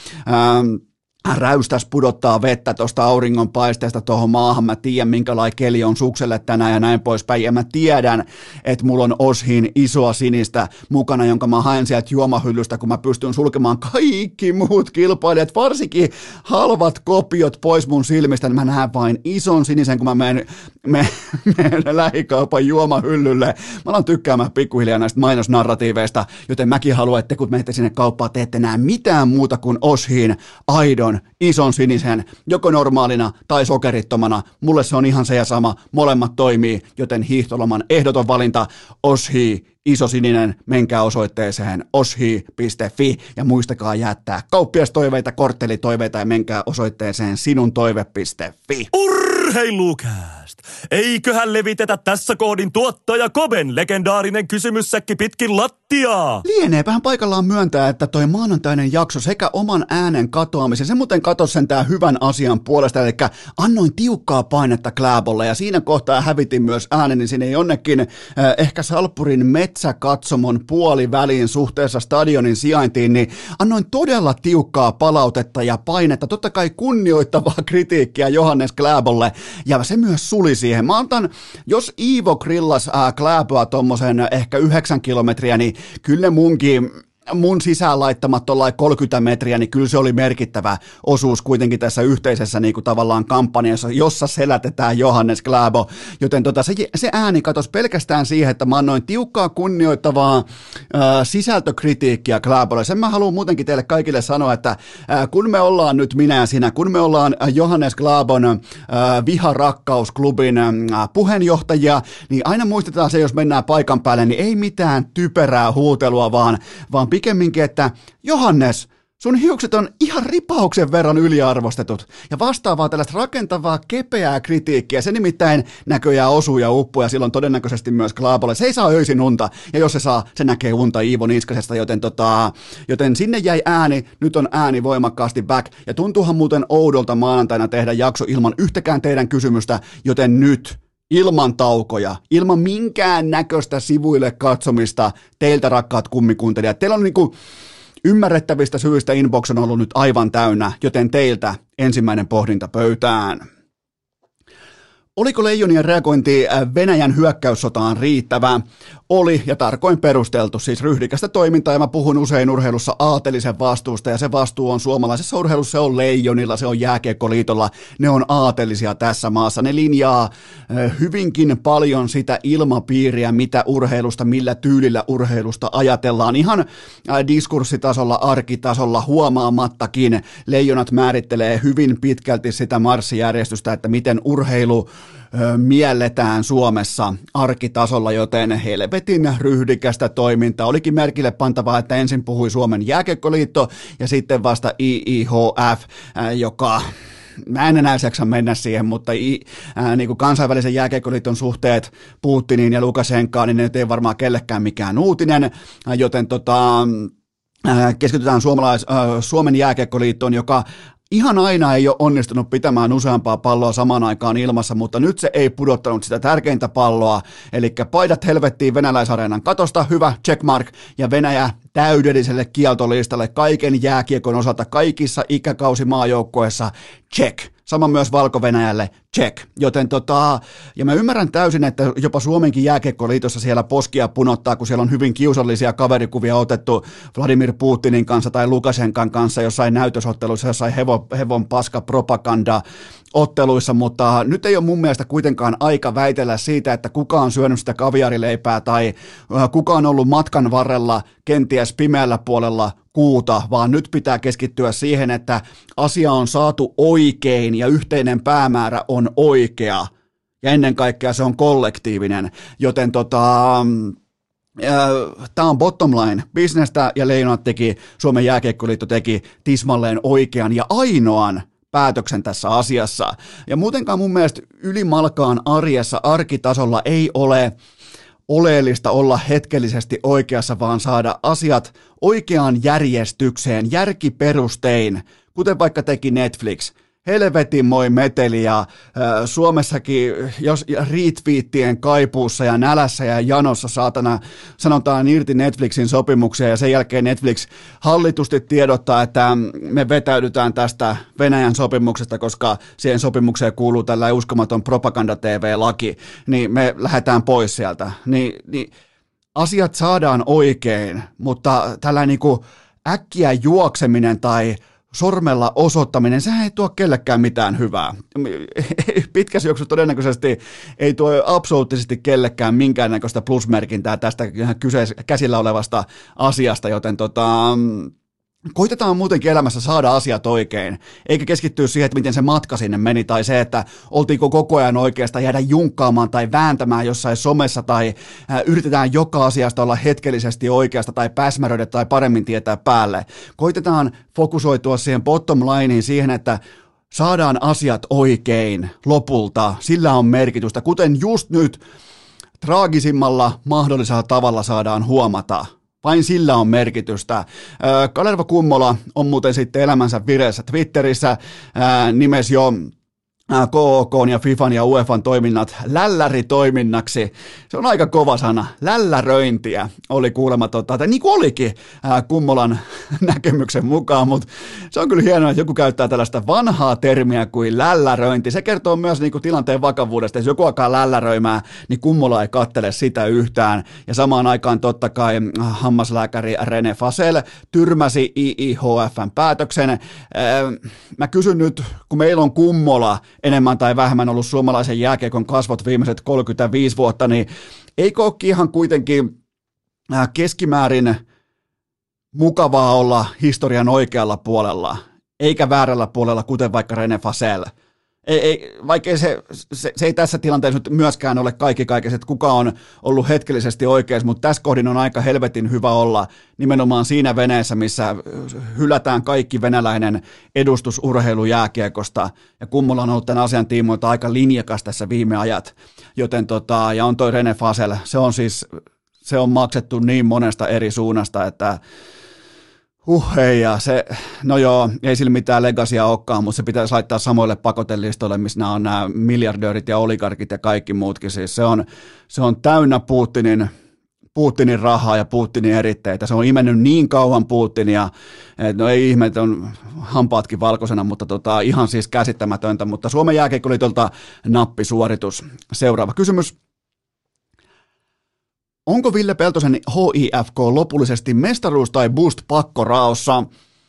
räystäs pudottaa vettä tuosta auringonpaisteesta tuohon maahan. Mä tiedän, minkälainen keli on sukselle tänään ja näin poispäin. Ja mä tiedän, että mulla on Oshin isoa sinistä mukana, jonka mä haen sieltä juomahyllystä, kun mä pystyn sulkemaan kaikki muut kilpailijat, varsinkin halvat kopiot pois mun silmistä, niin mä näen vain ison sinisen, kun mä menen, menen, menen lähikaupan juomahyllylle. Mä alan tykkäämään pikkuhiljaa näistä mainosnarratiiveista, joten mäkin haluan, että kun menette sinne kauppaan, te ette näe mitään muuta kuin Oshin aidon ison sinisen, joko normaalina tai sokerittomana. Mulle se on ihan se ja sama, molemmat toimii, joten hiihtoloman ehdoton valinta Oshi iso sininen, menkää osoitteeseen oshi piste fi ja muistakaa jättää kauppiastoiveita, korttelitoiveita ja menkää osoitteeseen sinuntoive piste fi. Urheilukääst! Eiköhän levitetä tässä koodin tuottaja Koben legendaarinen kysymyssäkki pitkin lattia pottia! Lieneepähän paikallaan myöntää, että toi maanantainen jakso sekä oman äänen katoamisen, se muuten katosi sen tää hyvän asian puolesta, eli annoin tiukkaa painetta Klæbolle ja siinä kohtaa hävitin myös ääneni sinne jonnekin äh, ehkä Salppurin metsäkatsomon puoliväliin suhteessa stadionin sijaintiin, niin annoin todella tiukkaa palautetta ja painetta, totta kai kunnioittavaa kritiikkiä Johannes Klæbolle, ja se myös suli siihen. Mä antan, jos Iivo grillas äh, Klæboa tommosen ehkä yhdeksän kilometriä, niin kyllä munkin mun sisään laittamat tuollain kolmekymmentä metriä, niin kyllä se oli merkittävä osuus kuitenkin tässä yhteisessä niin kuin tavallaan kampanjassa, jossa selätetään Johannes Klæbo, joten tota, se, se ääni katosi pelkästään siihen, että mä annoin tiukkaa kunnioittavaa äh, sisältökritiikkiä Klæbolle. Sen mä haluan muutenkin teille kaikille sanoa, että äh, kun me ollaan nyt minä ja sinä, kun me ollaan Johannes Klæbon äh, viharakkausklubin äh, puheenjohtajia, niin aina muistetaan se, jos mennään paikan päälle, niin ei mitään typerää huutelua, vaan, vaan pikemminkin, että Johannes, sun hiukset on ihan ripauksen verran yliarvostetut ja vastaavaa tällaista rakentavaa, kepeää kritiikkiä. Se nimittäin näköjään osuu ja uppuu ja silloin todennäköisesti myös Klæbolle. Se ei saa öisin unta ja jos se saa, se näkee unta Iivo Niskasesta, joten, tota, joten sinne jäi ääni, nyt on ääni voimakkaasti back ja tuntuuhan muuten oudolta maanantaina tehdä jakso ilman yhtäkään teidän kysymystä, joten nyt ilman taukoja, ilman minkään näköistä sivuille katsomista teiltä rakkaat kummikuuntelijat. Teillä on niinku ymmärrettävistä syistä inbox on ollut nyt aivan täynnä, joten teiltä ensimmäinen pohdinta pöytään. Oliko Leijonien reagointi Venäjän hyökkäyssotaan riittävä? Oli ja tarkoin perusteltu, siis ryhdikästä toimintaa ja mä puhun usein urheilussa aatelisen vastuusta ja se vastuu on suomalaisessa urheilussa, se on Leijonilla, se on Jääkiekkoliitolla, ne on aatelisia tässä maassa, ne linjaa hyvinkin paljon sitä ilmapiiriä, mitä urheilusta, millä tyylillä urheilusta ajatellaan, ihan diskurssitasolla, arkitasolla huomaamattakin Leijonat määrittelee hyvin pitkälti sitä marssijärjestystä, että miten urheilu mielletään Suomessa arkitasolla, joten helvetin ryhdikästä toimintaa. Olikin merkille pantavaa, että ensin puhui Suomen Jääkiekkoliitto ja sitten vasta I I H F, joka mä en enää jaksa mennä siihen, mutta i, ää, niin kuin kansainvälisen jääkiekkoliiton suhteet Putiniin ja Lukashenkaan, niin ne ei varmaan kellekään mikään uutinen, joten tota, ää, keskitytään suomalais, ää, Suomen Jääkiekkoliittoon, joka ihan aina ei ole onnistunut pitämään useampaa palloa samaan aikaan ilmassa, mutta nyt se ei pudottanut sitä tärkeintä palloa, eli paidat helvettiin venäläisareenan katosta, hyvä, checkmark, ja Venäjä täydelliselle kieltolistalle kaiken jääkiekon osalta kaikissa ikäkausimaajoukkoissa, check. Sama myös Valko-Venäjälle, check. Joten tota, ja mä ymmärrän täysin, että jopa Suomenkin jääkiekkoliitossa siellä poskia punottaa, kun siellä on hyvin kiusallisia kaverikuvia otettu Vladimir Putinin kanssa tai Lukashenkan kanssa jossain näytösotteluissa, jossain hevon, hevon paska propaganda otteluissa, mutta nyt ei ole mun mielestä kuitenkaan aika väitellä siitä, että kuka on syönyt sitä kaviarileipää tai kuka on ollut matkan varrella kenties pimeällä puolella kuuta, vaan nyt pitää keskittyä siihen, että asia on saatu oikein ja yhteinen päämäärä on oikea ja ennen kaikkea se on kollektiivinen, joten tota... Tämä on bottom line. Bisnestä ja Leijonat teki, Suomen Jääkiekkoliitto teki tismalleen oikean ja ainoan päätöksen tässä asiassa. Ja muutenkaan mun mielestä ylimalkaan arjessa, arkitasolla ei ole oleellista olla hetkellisesti oikeassa, vaan saada asiat oikeaan järjestykseen, järkiperustein, kuten vaikka teki Netflix. Helvetin moi meteli ja äh, Suomessakin, jos retweettien kaipuussa ja nälässä ja janossa saatana sanotaan irti Netflixin sopimuksia ja sen jälkeen Netflix hallitusti tiedottaa, että me vetäydytään tästä Venäjän sopimuksesta, koska siihen sopimukseen kuuluu tällainen uskomaton propaganda-T V-laki, niin me lähdetään pois sieltä. Ni, niin asiat saadaan oikein, mutta tällainen niin kuin äkkiä juokseminen tai sormella osoittaminen, sehän ei tuo kellekään mitään hyvää. Pitkässä juoksussa todennäköisesti ei tuo absoluuttisesti kellekään minkäännäköistä plusmerkintää tästä kyseis- käsillä olevasta asiasta, joten tota, koitetaan muutenkin elämässä saada asiat oikein, eikä keskittyä siihen, että miten se matka sinne meni, tai se, että oltiinko koko ajan oikeastaan jäädä junkkaamaan tai vääntämään jossain somessa, tai äh, yritetään joka asiasta olla hetkellisesti oikeasta, tai päsmäröidä tai paremmin tietää päälle. Koitetaan fokusoitua siihen bottom lineen, siihen, että saadaan asiat oikein lopulta, sillä on merkitystä, kuten just nyt traagisimmalla mahdollisella tavalla saadaan huomata. Vain sillä on merkitystä. Kalerva Kummola on muuten sitten elämänsä vireessä Twitterissä, nimesi jo K O K:n ja FIFAn ja UEFan toiminnat lälläritoiminnaksi. Se on aika kova sana. Lälläröintiä oli kuulemma, tota, tai niin kuin olikin ää, Kummolan näkemyksen mukaan, mutta se on kyllä hienoa, että joku käyttää tällaista vanhaa termiä kuin lälläröinti. Se kertoo myös niin kuin tilanteen vakavuudesta. Jos joku alkaa lälläröimään, niin Kummola ei kattele sitä yhtään. Ja samaan aikaan totta kai hammaslääkäri René Fasel tyrmäsi I I H F:n päätöksen. Ää, mä kysyn nyt, kun meillä on Kummola enemmän tai vähemmän ollut suomalaisen jääkiekon kasvot viimeiset kolmekymmentäviisi vuotta, niin eikö olekin ihan kuitenkin keskimäärin mukavaa olla historian oikealla puolella, eikä väärällä puolella, kuten vaikka René Fasel. Ei, ei, vaikka se, se, se ei tässä tilanteessa nyt myöskään ole kaikki kaikessa, että kuka on ollut hetkellisesti oikeassa, mutta tässä kohdin on aika helvetin hyvä olla nimenomaan siinä veneessä, missä hylätään kaikki venäläinen edustus urheilujääkiekosta, ja Kummola on ollut tämän asian tiimoilta aika linjakas tässä viime ajat, joten tota, ja on toi René Fasel, se on siis, se on maksettu niin monesta eri suunnasta, että Huh, hei, ja se, no joo, ei sillä mitään legasia olekaan, mutta se pitäisi laittaa samoille pakotelistoille, missä nämä on nämä miljardöörit ja oligarkit ja kaikki muutkin. Siis se on, se on täynnä Putinin, Putinin rahaa ja Putinin eritteitä. Se on imennyt niin kauan Putinia, että no ei ihme, että on hampaatkin valkoisena, mutta tota, ihan siis käsittämätöntä. Mutta Suomen jääkiekkoliitolta nappisuoritus. Seuraava kysymys. Onko Ville Peltosen H I F K lopullisesti mestaruus- tai boost-pakkoraossa?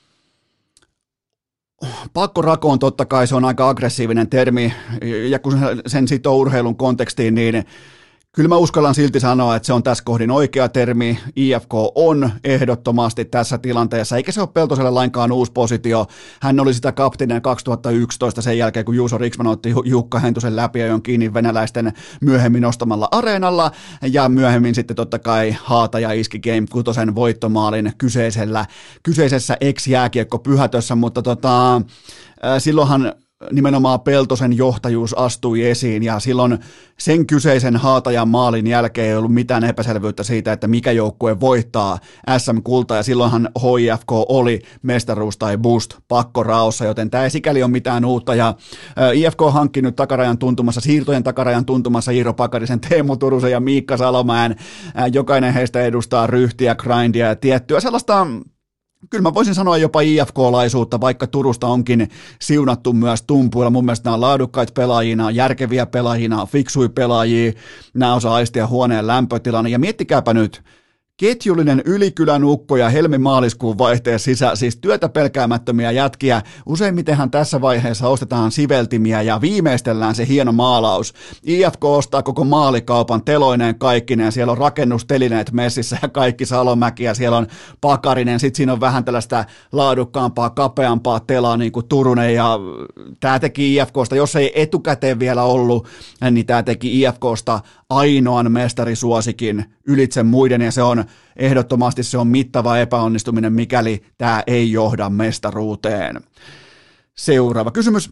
Pakkorako on totta kai, se on aika aggressiivinen termi, ja kun sen sitoo urheilun kontekstiin, niin kyllä mä uskallan silti sanoa, että se on tässä kohdin oikea termi. I F K on ehdottomasti tässä tilanteessa, eikä se ole Peltoselle lainkaan uusi positio. Hän oli sitä kapteenina kaksituhattayksitoista sen jälkeen, kun Juuso Riksman otti Jukka Hentusen läpi ja jon kiinni venäläisten myöhemmin nostamalla areenalla. Ja myöhemmin sitten totta kai Haataja iski Game kutosen voittomaalin kyseisellä, kyseisessä ex-jääkiekko-pyhätössä, mutta tota, silloinhan nimenomaan Peltosen johtajuus astui esiin, ja silloin sen kyseisen Haatajan maalin jälkeen ei ollut mitään epäselvyyttä siitä, että mikä joukkue voittaa S M-kultaa, ja silloinhan H I F K oli mestaruus tai boost pakkoraossa, joten tämä ei sikäli ole mitään uutta, ja I F K hankki nyt takarajan tuntumassa, siirtojen takarajan tuntumassa Iiro Pakarisen, Teemu Turusen ja Miikka Salomäen, jokainen heistä edustaa ryhtiä, grindia ja tiettyä sellaista. Kyllä mä voisin sanoa jopa I F K-laisuutta, vaikka Turusta onkin siunattu myös tumpuilla. Mun mielestä nämä on laadukkaita pelaajia, nämä on järkeviä pelaajia, nämä on fiksuja pelaajia, nämä osaa aistia huoneen lämpötilan. Ja miettikääpä nyt, ketjullinen Ylikylän ukko ja helmi-maaliskuun vaihteen sisä, siis työtä pelkäämättömiä jätkiä. Useimmitenhan tässä vaiheessa ostetaan siveltimiä ja viimeistellään se hieno maalaus. I F K ostaa koko maalikaupan teloineen kaikkineen, siellä on rakennustelineet messissä ja kaikki Salomäki ja siellä on Pakarinen, sitten siinä on vähän tällaista laadukkaampaa, kapeampaa telaa niin kuin Turunen, ja tämä teki I F K:sta, jos ei etukäteen vielä ollut, niin tämä teki I F K:sta ainoan mestarisuosikin ylitse muiden, ja se on ehdottomasti se on mittava epäonnistuminen, mikäli tämä ei johda mestaruuteen. Seuraava kysymys.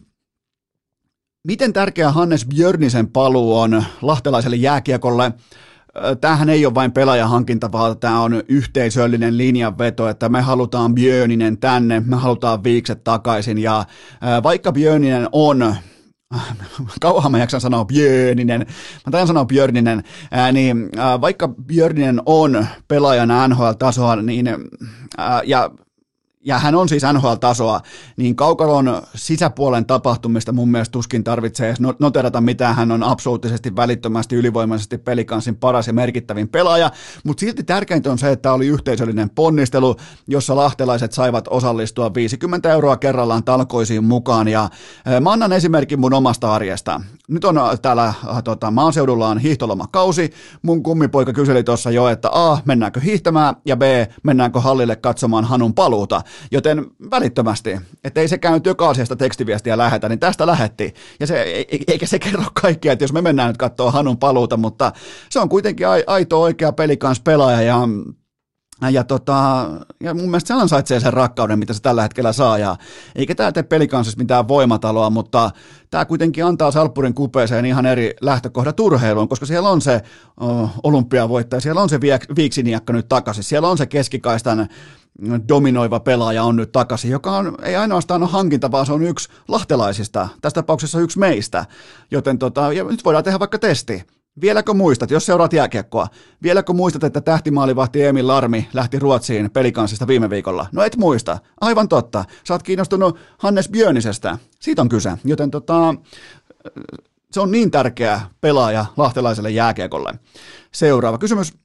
Miten tärkeä Hannes Björnisen paluu on lahtelaiselle jääkiekolle? Tämähän ei ole vain pelaajahankinta, vaan tämä on yhteisöllinen linjanveto, että me halutaan Björninen tänne, me halutaan Viikset takaisin, ja vaikka Björninen on, kauan mä jaksan sanoa Björninen, mä tajan sanoa Björninen, ää, niin ää, vaikka Björninen on pelaajana N H L-tasoa, niin, ää, ja ja hän on siis N H L-tasoa, niin kaukalon sisäpuolen tapahtumista mun mielestä tuskin tarvitsee edes noterata mitään. Hän on absoluuttisesti, välittömästi, ylivoimaisesti Pelicansin paras ja merkittävin pelaaja, mutta silti tärkeintä on se, että oli yhteisöllinen ponnistelu, jossa lahtelaiset saivat osallistua viisikymmentä euroa kerrallaan talkoisiin mukaan, ja mä annan esimerkin mun omasta arjesta. Nyt on täällä tota, maaseudulla on hiihtolomakausi, mun kummipoika kyseli tuossa jo, että A, mennäänkö hiihtämään, ja B, mennäänkö hallille katsomaan Hanun paluuta. Joten välittömästi, ettei se käynyt joka asiasta tekstiviestiä lähetä, niin tästä lähetti. Ja se, eikä se kerro kaikkia, että jos me mennään nyt katsoa Hanun paluuta, mutta se on kuitenkin aito oikea Pelicans pelaaja, ja Ja, tota, ja mun mielestä se ansaitsee sen rakkauden, mitä se tällä hetkellä saa. Ja eikä tämä tee Pelicansista mitään voimataloa, mutta tämä kuitenkin antaa Salppurin kupeeseen ihan eri lähtökohdat urheiluun, koska siellä on se oh, olympiavoittaja, siellä on se viiksiniakka nyt takaisin, siellä on se keskikaistan dominoiva pelaaja on nyt takaisin, joka on, ei ainoastaan ole hankinta, vaan se on yksi lahtelaisista, tässä tapauksessa yksi meistä. Joten tota, ja nyt voidaan tehdä vaikka testi. Vieläkö muistat, jos seuraat jääkiekkoa, vieläkö muistat, että tähtimaalivahti Emil Larmi lähti Ruotsiin Pelikansista viime viikolla? No et muista. Aivan totta. Sä oot kiinnostunut Hannes Björnisestä. Siitä on kyse. Joten tota, se on niin tärkeä pelaaja lahtelaiselle jääkiekolle. Seuraava kysymys.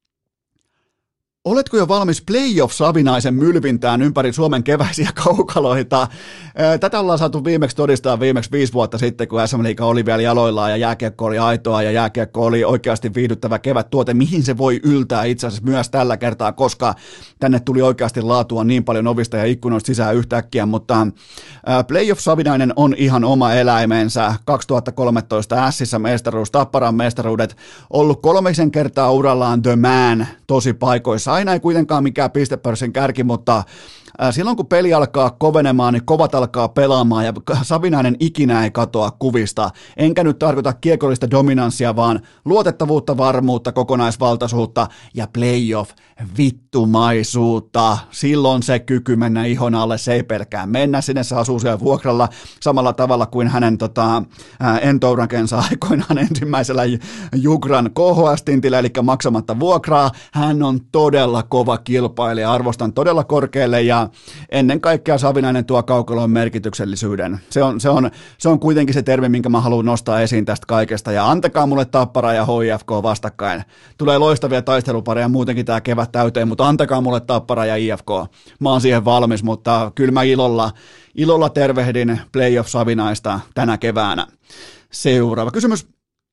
Oletko jo valmis playoff-savinaisen mylvintään ympäri Suomen keväisiä kaukaloita? Tätä ollaan saatu viimeksi todistaa viimeksi viisi vuotta sitten, kun S M-liiga oli vielä jaloillaan ja jääkiekko oli aitoa ja jääkiekko oli oikeasti viihdyttävä kevättuote, mihin se voi yltää itse asiassa myös tällä kertaa, koska tänne tuli oikeasti laatua niin paljon ovista ja ikkunoista sisään yhtäkkiä, mutta playoff-savinainen on ihan oma eläimensä. kaksituhattakolmetoista Ässissä mestaruus, Tapparan mestaruudet, ollut kolmisen kertaa urallaan The Man tosi paikoissa. Aina ei kuitenkaan mikään pistepörssin kärki, mutta silloin kun peli alkaa kovenemaan, niin kovat alkaa pelaamaan ja Savinainen ikinä ei katoa kuvista. Enkä nyt tarkoita kiekollista dominanssia, vaan luotettavuutta, varmuutta, kokonaisvaltaisuutta ja playoff vittumaisuutta. Silloin se kyky mennä ihon alle, se ei pelkää mennä. Sinne se asuu siellä vuokralla samalla tavalla kuin hänen tota, entourakensa aikoinaan ensimmäisellä Jugran K H S-tintillä, eli maksamatta vuokraa. Hän on todella kova kilpailija, arvostan todella korkealle ja ennen kaikkea Savinainen tuo kaukalon merkityksellisyyden. Se on, se, on, se on kuitenkin se termi, minkä mä haluan nostaa esiin tästä kaikesta. Ja antakaa mulle Tappara ja H I F K vastakkain. Tulee loistavia taistelupareja muutenkin tämä kevät täyteen, mutta antakaa mulle Tappara ja I F K. Mä oon siihen valmis, mutta kyllä mä ilolla, ilolla tervehdin playoff Savinaista tänä keväänä. Seuraava kysymys.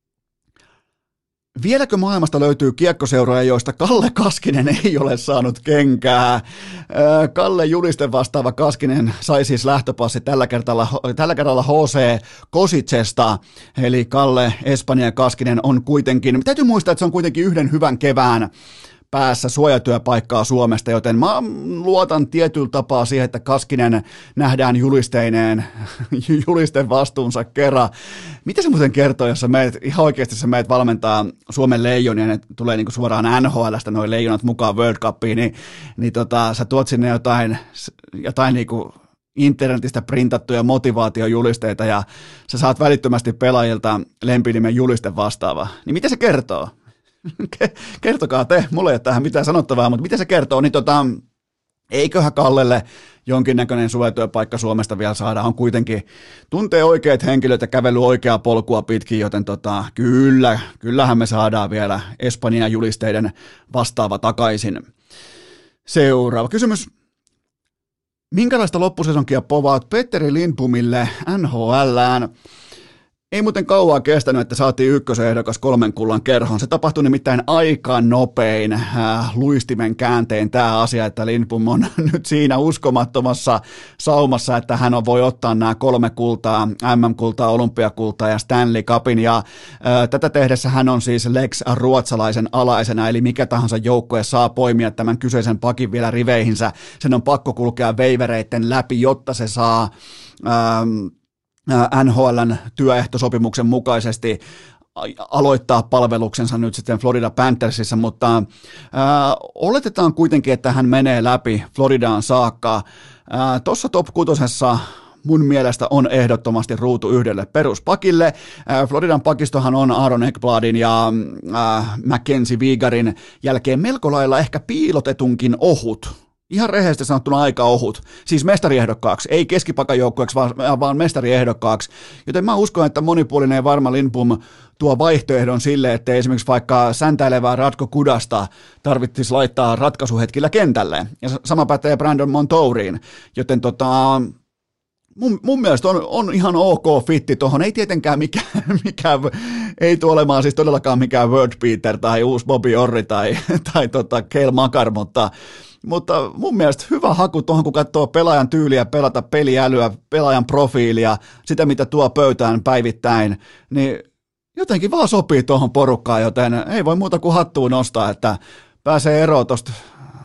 Vieläkö maailmasta löytyy kiekkoseuroja, joista Kalle Kaskinen ei ole saanut kenkää? Kalle Julisten vastaava Kaskinen sai siis lähtöpassi tällä kerralla, tällä kerralla H C Kosicesta, eli Kalle Espanja Kaskinen on kuitenkin, täytyy muistaa, että se on kuitenkin yhden hyvän kevään päässä suojatyöpaikkaa Suomesta, joten mä luotan tietyllä tapaa siihen, että Kaskinen nähdään julisteineen, julisten vastuunsa kerran. Mitä se muuten kertoo, jos sä meet, ihan oikeasti sä meet valmentaa Suomen Leijonia, ne tulee niinku suoraan N H L:stä noi Leijonat mukaan World Cupiin, niin, niin tota, sä tuot sinne jotain, jotain niinku internetistä printattuja motivaatiojulisteita ja sä saat välittömästi pelaajilta lempinimen juliste vastaava. Niin mitä se kertoo? Kertokaa te, mulla ei ole tähän mitään sanottavaa, mutta mitä se kertoo, niin tota, eiköhän Kallelle jonkinnäköinen suojatyöpaikka Suomesta vielä saada, on kuitenkin, tuntee oikeat henkilöt ja kävely oikeaa polkua pitkin, joten tota, kyllä, kyllähän me saadaan vielä Espanjan julisteiden vastaava takaisin. Seuraava kysymys. Minkälaista loppusesonkia povaat Petteri Lindbomille N H L:ään? Ei muuten kauaa kestänyt, että saatiin ykkösehdokas kolmen kullan kerhoon. Se tapahtui nimittäin aika nopein äh, luistimen kääntein tämä asia, että Lindbom on nyt siinä uskomattomassa saumassa, että hän on, voi ottaa nämä kolme kultaa, M M-kultaa, olympiakultaa ja Stanley Cupin. Ja äh, tätä tehdessä hän on siis Lex ruotsalaisen alaisena, eli mikä tahansa joukkue saa poimia tämän kyseisen pakin vielä riveihinsä. Sen on pakko kulkea veivereiden läpi, jotta se saa Ähm, N H L:n työehtosopimuksen mukaisesti aloittaa palveluksensa nyt sitten Florida Panthersissa, mutta ää, oletetaan kuitenkin, että hän menee läpi Floridaan saakka. Tuossa top kutosessa mun mielestä on ehdottomasti ruutu yhdelle peruspakille. Floridan pakistohan on Aaron Ekbladin ja ää, Mackenzie Weegarin jälkeen melko lailla ehkä piilotetunkin ohut. Ihan rehellisesti sanottuna aika ohut. Siis mestariehdokkaaksi, ei keskipakajoukkueeksi, vaan, vaan mestariehdokkaaksi. Joten mä uskon, että monipuolinen ja varma Lindbom tuo vaihtoehdon sille, että esimerkiksi vaikka säntäilevää Ratko Kudasta tarvitsisi laittaa ratkaisuhetkillä kentälle. Ja sama pätee Brandon Montouriin. Joten tota, mun, mun mielestä on, on ihan ok fitti tuohon. Ei tietenkään mikään, mikään ei tule olemaan siis todellakaan mikään Word Peter tai uusi Bobby Orri tai, tai tota Cale Makar, mutta Mutta mun mielestä hyvä haku tuohon, kun katsoo pelaajan tyyliä, pelata peliälyä, pelaajan profiilia, sitä mitä tuo pöytään päivittäin, niin jotenkin vaan sopii tuohon porukkaan, joten ei voi muuta kuin hattuun nostaa, että pääsee eroon tuosta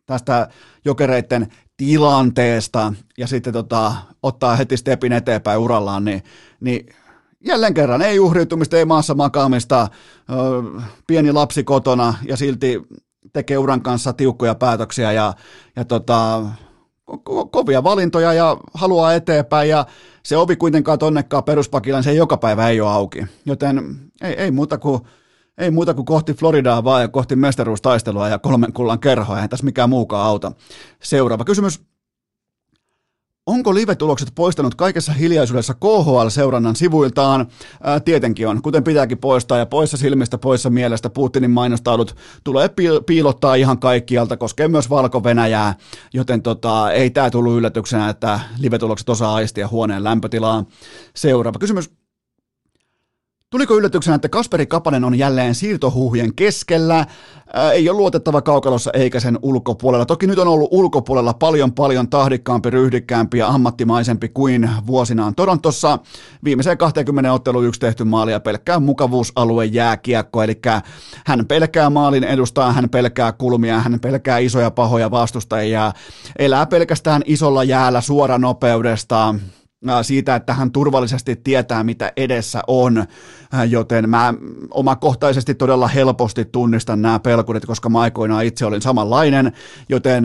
tästä Jokereiden tilanteesta ja sitten tota, ottaa heti stepin eteenpäin urallaan, niin, niin jälleen kerran ei uhriutumista, ei maassa makaamista, ö, pieni lapsi kotona ja silti tekee uran kanssa tiukkoja päätöksiä ja, ja tota, ko- kovia valintoja ja haluaa eteenpäin ja se ovi kuitenkaan tonnekkaan peruspakilla, se joka päivä ei ole auki, joten ei, ei muuta kuin Ei muuta kuin kohti Floridaa vaan ja kohti mestaruustaistelua ja kolmen kullan kerhoa, eihän tässä mikään muukaan auta. Seuraava kysymys. Onko live-tulokset poistanut kaikessa hiljaisuudessa K H L-seurannan sivuiltaan? Ää, tietenkin on, kuten pitääkin poistaa ja poissa silmistä, poissa mielestä. Putinin mainostaulut tulee piilottaa ihan kaikkialta, koskee myös Valko-Venäjää, joten tota, ei tämä tullut yllätyksenä, että live-tulokset osaa aistia huoneen lämpötilaa. Seuraava kysymys. Tuliko yllätyksenä, että Kasperi Kapanen on jälleen siirtohuhujen keskellä? Ää, ei ole luotettava kaukalossa eikä sen ulkopuolella. Toki nyt on ollut ulkopuolella paljon paljon tahdikkaampi, ryhdikkäämpi ja ammattimaisempi kuin vuosinaan Torontossa. Viimeiseen kaksikymmentä otteluun yksi tehty maali ja pelkkää mukavuusalue jääkiekko. Eli hän pelkää maalin edustaa, hän pelkää kulmia, hän pelkää isoja pahoja vastustajia. Elää pelkästään isolla jäällä suoranopeudesta. Siitä, että hän turvallisesti tietää, mitä edessä on, joten mä omakohtaisesti todella helposti tunnistan nämä pelkurit, koska mä aikoinaan itse olin samanlainen, joten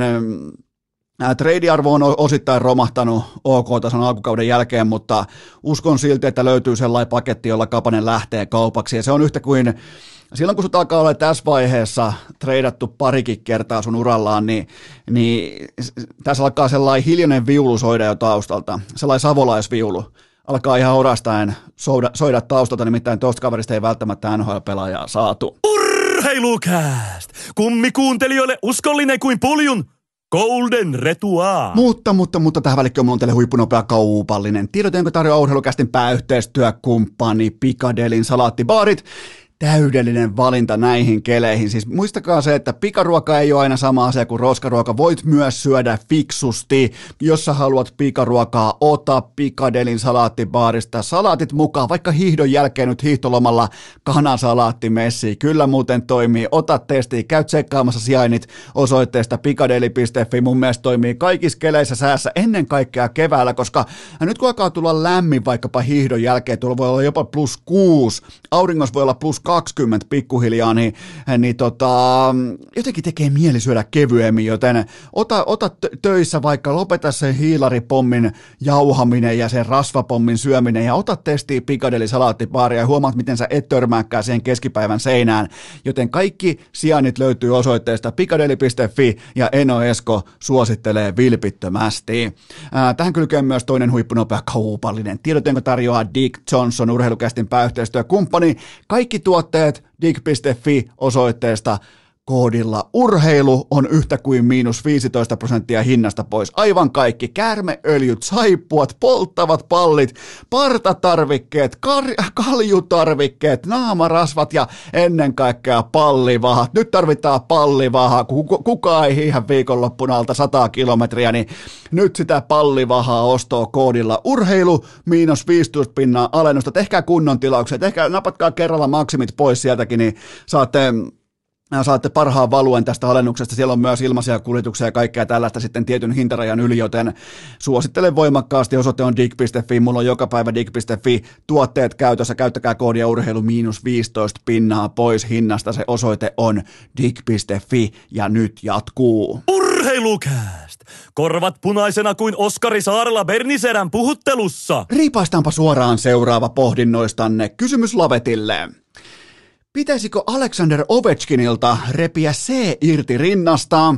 trade-arvo on osittain romahtanut OK-tason alkukauden jälkeen, mutta uskon silti, että löytyy sellainen paketti, jolla Kapanen lähtee kaupaksi, ja se on yhtä kuin silloin kun sut alkaa olla tässä vaiheessa treidattu parikin kertaa sun urallaan, niin, niin tässä alkaa sellainen hiljainen viulu soida jo taustalta, sellainen savolaisviulu. Alkaa ihan orastaen soida, soida taustalta, nimittäin tosta kaverista ei välttämättä N H L-pelaajaa saatu. Urheilukääst! Kummikuuntelijoille uskollinen kuin puljun Golden Retua. Mutta, mutta, mutta tähän välikköön mulla on teille huippunopea kaupallinen tiedote, jonka tarjoaa Urheilukästin pääyhteistyökumppani Picadelin salaattibaarit. Täydellinen valinta näihin keleihin. Siis muistakaa se, että pikaruoka ei ole aina sama asia kuin roskaruoka. Voit myös syödä fiksusti. Jos sä haluat pikaruokaa, ota Picadelin salaattibaarista salaatit mukaan, vaikka hiihdon jälkeen nyt hiihtolomalla kanasalaattimessi. Kyllä muuten toimii. Ota testiä, käy tsekkaamassa sijainnit osoitteesta pikadeli piste fi. Mun mielestä toimii kaikissa keleissä säässä ennen kaikkea keväällä, koska nyt kun alkaa tulla lämmin vaikkapa hiihdon jälkeen, tuolla voi olla jopa plus kuusi, auringossa voi olla plus kaksikymmentä pikkuhiljaa, niin, niin tota, jotenkin tekee mieli syödä kevyemmin, joten ota, ota töissä vaikka, lopeta sen hiilaripommin jauhaminen ja sen rasvapommin syöminen ja ota testiin Piccadilly salaattibaaria ja huomaat, miten sä et törmääkään siihen keskipäivän seinään, joten kaikki sijainnit löytyy osoitteesta pikadeli piste fi ja Eno Esko suosittelee vilpittömästi. Ää, tähän kylkeen myös toinen huippunopea kaupallinen tiedot, jonka tarjoaa Dick Johnson, Urheilukästin pääyhteistyökumppani. Kaikki tuotteet dig piste fi osoitteesta koodilla urheilu on yhtä kuin miinus viisitoista prosenttia hinnasta pois. Aivan kaikki. Käärmeöljyt, saippuat, polttavat pallit, partatarvikkeet, kar- kaljutarvikkeet, naamarasvat ja ennen kaikkea pallivahat. Nyt tarvitaan pallivahaa. Kukaan ei hiihän viikonloppuna alta sata kilometriä, niin nyt sitä pallivahaa ostoo koodilla urheilu, miinus viisitoista pinnaa alennusta. Tehkää kunnon tilaukset, ehkä napatkaa kerralla maksimit pois sieltäkin, niin saatte Saatte parhaan valuen tästä alennuksesta. Siellä on myös ilmaisia kuljetuksia ja kaikkea tällaista sitten tietyn hintarajan yli, joten suosittelen voimakkaasti. Osoite on dig piste fi. Mulla on joka päivä dig piste fi tuotteet käytössä. Käyttäkää koodia urheilu miinus viisitoista pinnaa pois hinnasta. Se osoite on dig piste fi ja nyt jatkuu. Urheilukääst! Korvat punaisena kuin Oskari Saarela Berniserän puhuttelussa. Riipaistaanpa suoraan seuraava pohdinnoistanne. Kysymys Lavetille. Pitäisikö Alexander Ovechkinilta repiä C irti rinnasta?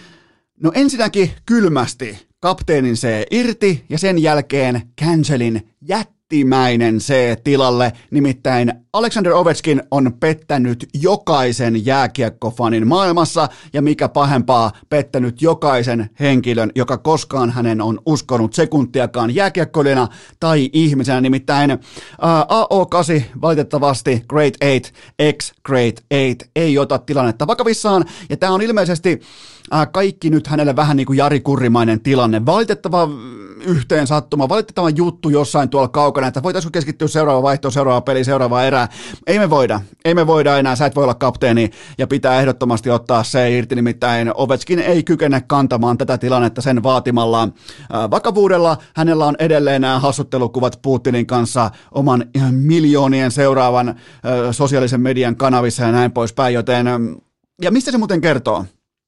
No ensinnäkin kylmästi kapteenin C irti ja sen jälkeen cancelin jättimäinen C tilalle. Nimittäin Alexander Ovechkin on pettänyt jokaisen jääkiekkofanin maailmassa ja mikä pahempaa, pettänyt jokaisen henkilön, joka koskaan hänen on uskonut sekuntiakaan jääkiekkoilijana tai ihmisenä. Nimittäin ää, A O kahdeksan valitettavasti Great eight X Great eight ei ota tilannetta vakavissaan ja tämä on ilmeisesti ää, kaikki nyt hänelle vähän niin kuin Jari Kurrimainen tilanne, valitettava yhteen sattuma, valitettava juttu jossain tuolla kaukana, että voitaisiin keskittyä seuraava vaihtoon, seuraava peli, seuraava erää. Ei me voida, ei me voida enää, sä et voi olla kapteeni ja pitää ehdottomasti ottaa se irti, nimittäin Ovechkin ei kykene kantamaan tätä tilannetta sen vaatimalla ää, vakavuudella. Hänellä on edelleen nämä hassuttelukuvat Putinin kanssa oman miljoonien seuraavan ää, sosiaalisen median kanavissa ja näin poispäin, joten ja mistä se muuten kertoo?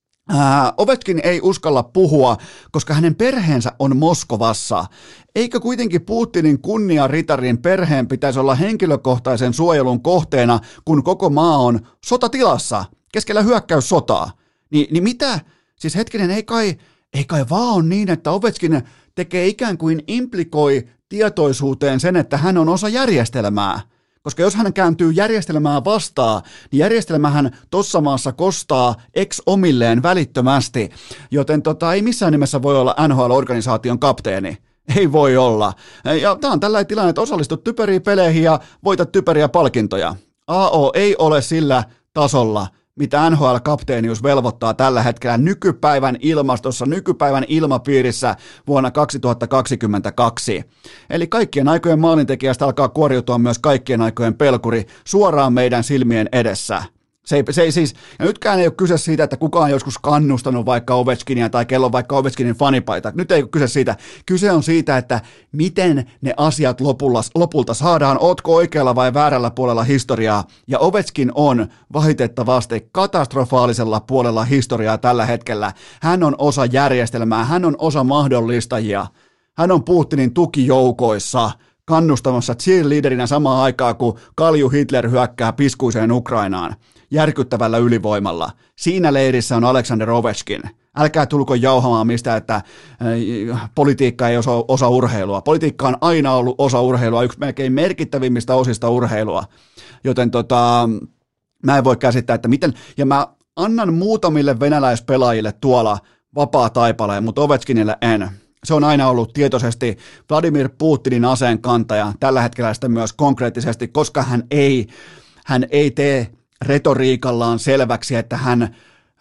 Ää, Ovechkin ei uskalla puhua, koska hänen perheensä on Moskovassa. Eikö kuitenkin Putinin kunniaritarin perheen pitäisi olla henkilökohtaisen suojelun kohteena, kun koko maa on sotatilassa, keskellä hyökkäyssotaa? Ni, niin mitä? Siis hetkinen, ei kai, ei kai vaan ole niin, että Ovechkin tekee ikään kuin implikoi tietoisuuteen sen, että hän on osa järjestelmää. Koska jos hän kääntyy järjestelmää vastaan, niin järjestelmähän tuossa maassa kostaa ex-omilleen välittömästi, joten tota, ei missään nimessä voi olla N H L-organisaation kapteeni. Ei voi olla. Ja tämä on tällainen tilanne, että osallistut typeriin peleihin ja voitat typeriä palkintoja. A O ei ole sillä tasolla, mitä N H L-kapteenius velvoittaa tällä hetkellä nykypäivän ilmastossa, nykypäivän ilmapiirissä vuonna kaksituhattakaksikymmentäkaksi. Eli kaikkien aikojen maalintekijästä alkaa kuoriutua myös kaikkien aikojen pelkuri suoraan meidän silmien edessä. Se ei, se ei siis, ja nytkään ei ole kyse siitä, että kukaan on joskus kannustanut vaikka Ovechkinia tai kello on vaikka Ovechkinin fanipaita. Nyt ei ole kyse siitä. Kyse on siitä, että miten ne asiat lopulla, lopulta saadaan, ootko oikealla vai väärällä puolella historiaa. Ja Ovechkin on valitettavasti katastrofaalisella puolella historiaa tällä hetkellä. Hän on osa järjestelmää, hän on osa mahdollistajia. Hän on Putinin tukijoukoissa kannustamassa cheerleaderinä samaan aikaan, kun Kalju Hitler hyökkää piskuiseen Ukrainaan järkyttävällä ylivoimalla. Siinä leirissä on Alexander Ovechkin. Älkää tulko jauhamaan mistä, että äh, politiikka ei osa, osa urheilua. Politiikka on aina ollut osa urheilua, yksi melkein merkittävimmistä osista urheilua. Joten tota, mä en voi käsittää, että miten, ja mä annan muutamille venäläispelaajille tuolla vapaa taipaleen, mutta Ovechkinille en. Se on aina ollut tietoisesti Vladimir Putinin aseen kantaja, tällä hetkellä sitten myös konkreettisesti, koska hän ei, hän ei tee retoriikallaan selväksi, että hän,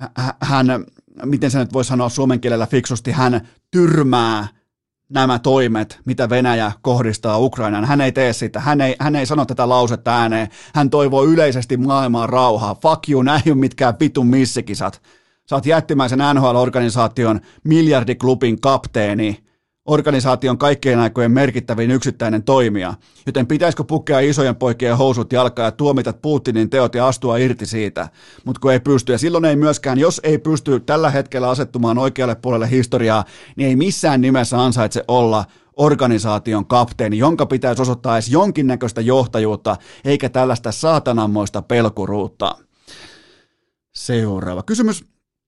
hän, miten se nyt voi sanoa suomen kielellä fiksusti, hän tyrmää nämä toimet, mitä Venäjä kohdistaa Ukrainaan. Hän ei tee sitä, hän ei, hän ei sano tätä lausetta ääneen, hän toivoo yleisesti maailmaan rauhaa. Fuck you, nämä ei ole mitkään vitun missikisat. Sä oot jättimäisen N H L-organisaation miljardiklubin kapteeni, organisaation kaikkien aikojen merkittävin yksittäinen toimija. Joten pitäisikö pukea isojen poikien housut jalkaan ja tuomita Putinin teot ja astua irti siitä, mutta kun ei pysty. Ja silloin ei myöskään, jos ei pysty tällä hetkellä asettumaan oikealle puolelle historiaa, niin ei missään nimessä ansaitse olla organisaation kapteeni, jonka pitäisi osoittaa edes jonkinnäköistä johtajuutta, eikä tällaista saatanammoista pelkuruutta. Seuraava kysymys.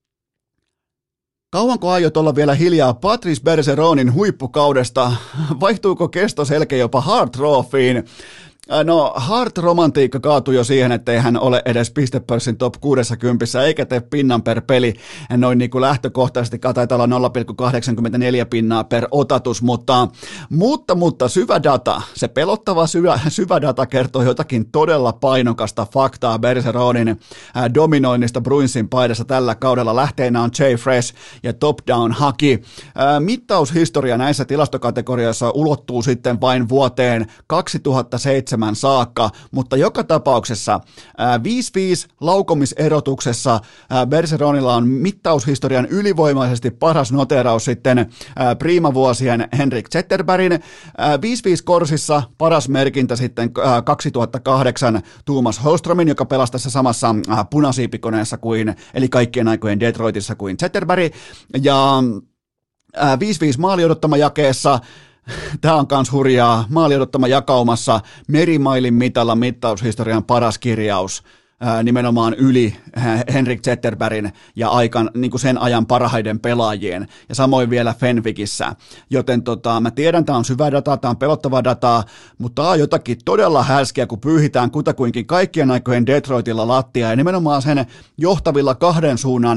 Kauanko aiot olla vielä hiljaa Patrice Bergeronin huippukaudesta? Vaihtuuko kesto selkeä jopa Hart Trophyyn? No, Hart-romantiikka kaatui jo siihen, ettei hän ole edes pistepörssin top kuusikymmentä eikä tee pinnan per peli. Noin niin kuin lähtökohtaisesti taitaa olla nolla pilkku kahdeksankymmentäneljä pinnaa per otatus, mutta, mutta, mutta syvä data, se pelottava syvä, syvä data kertoo jotakin todella painokasta faktaa Bergeronin dominoinnista Bruinsin paidassa tällä kaudella. Lähteenä on Jay Fresh ja Top Down Hockey. Mittaushistoria näissä tilastokategorioissa ulottuu sitten vain vuoteen kaksituhattaseitsemän saakka, mutta joka tapauksessa viisi viisi laukomiserotuksessa Bergeronilla on mittaushistorian ylivoimaisesti paras noteraus sitten priimavuosien Henrik Zetterbergin, viisi viisi korsissa paras merkintä sitten kaksituhattakahdeksan Thomas Holmströmin, joka pelasi tässä samassa punasiipikoneessa kuin, eli kaikkien aikojen Detroitissa kuin Zetterberg, ja viisi viisi maali odottama jakeessa. Tämä on kans hurjaa. Maali odottama jakaumassa merimailin mitalla mittaushistorian paras kirjaus. Nimenomaan yli Henrik Zetterbergin ja aikan, niin kuin sen ajan parhaiden pelaajien, ja samoin vielä Fenwickissä. Joten tota, mä tiedän, tämä on syvä dataa, tämä on pelottava dataa, mutta tämä on jotakin todella härskiä, kun pyyhitään kutakuinkin kaikkien aikojen Detroitilla lattia, ja nimenomaan sen johtavilla kahden suunnan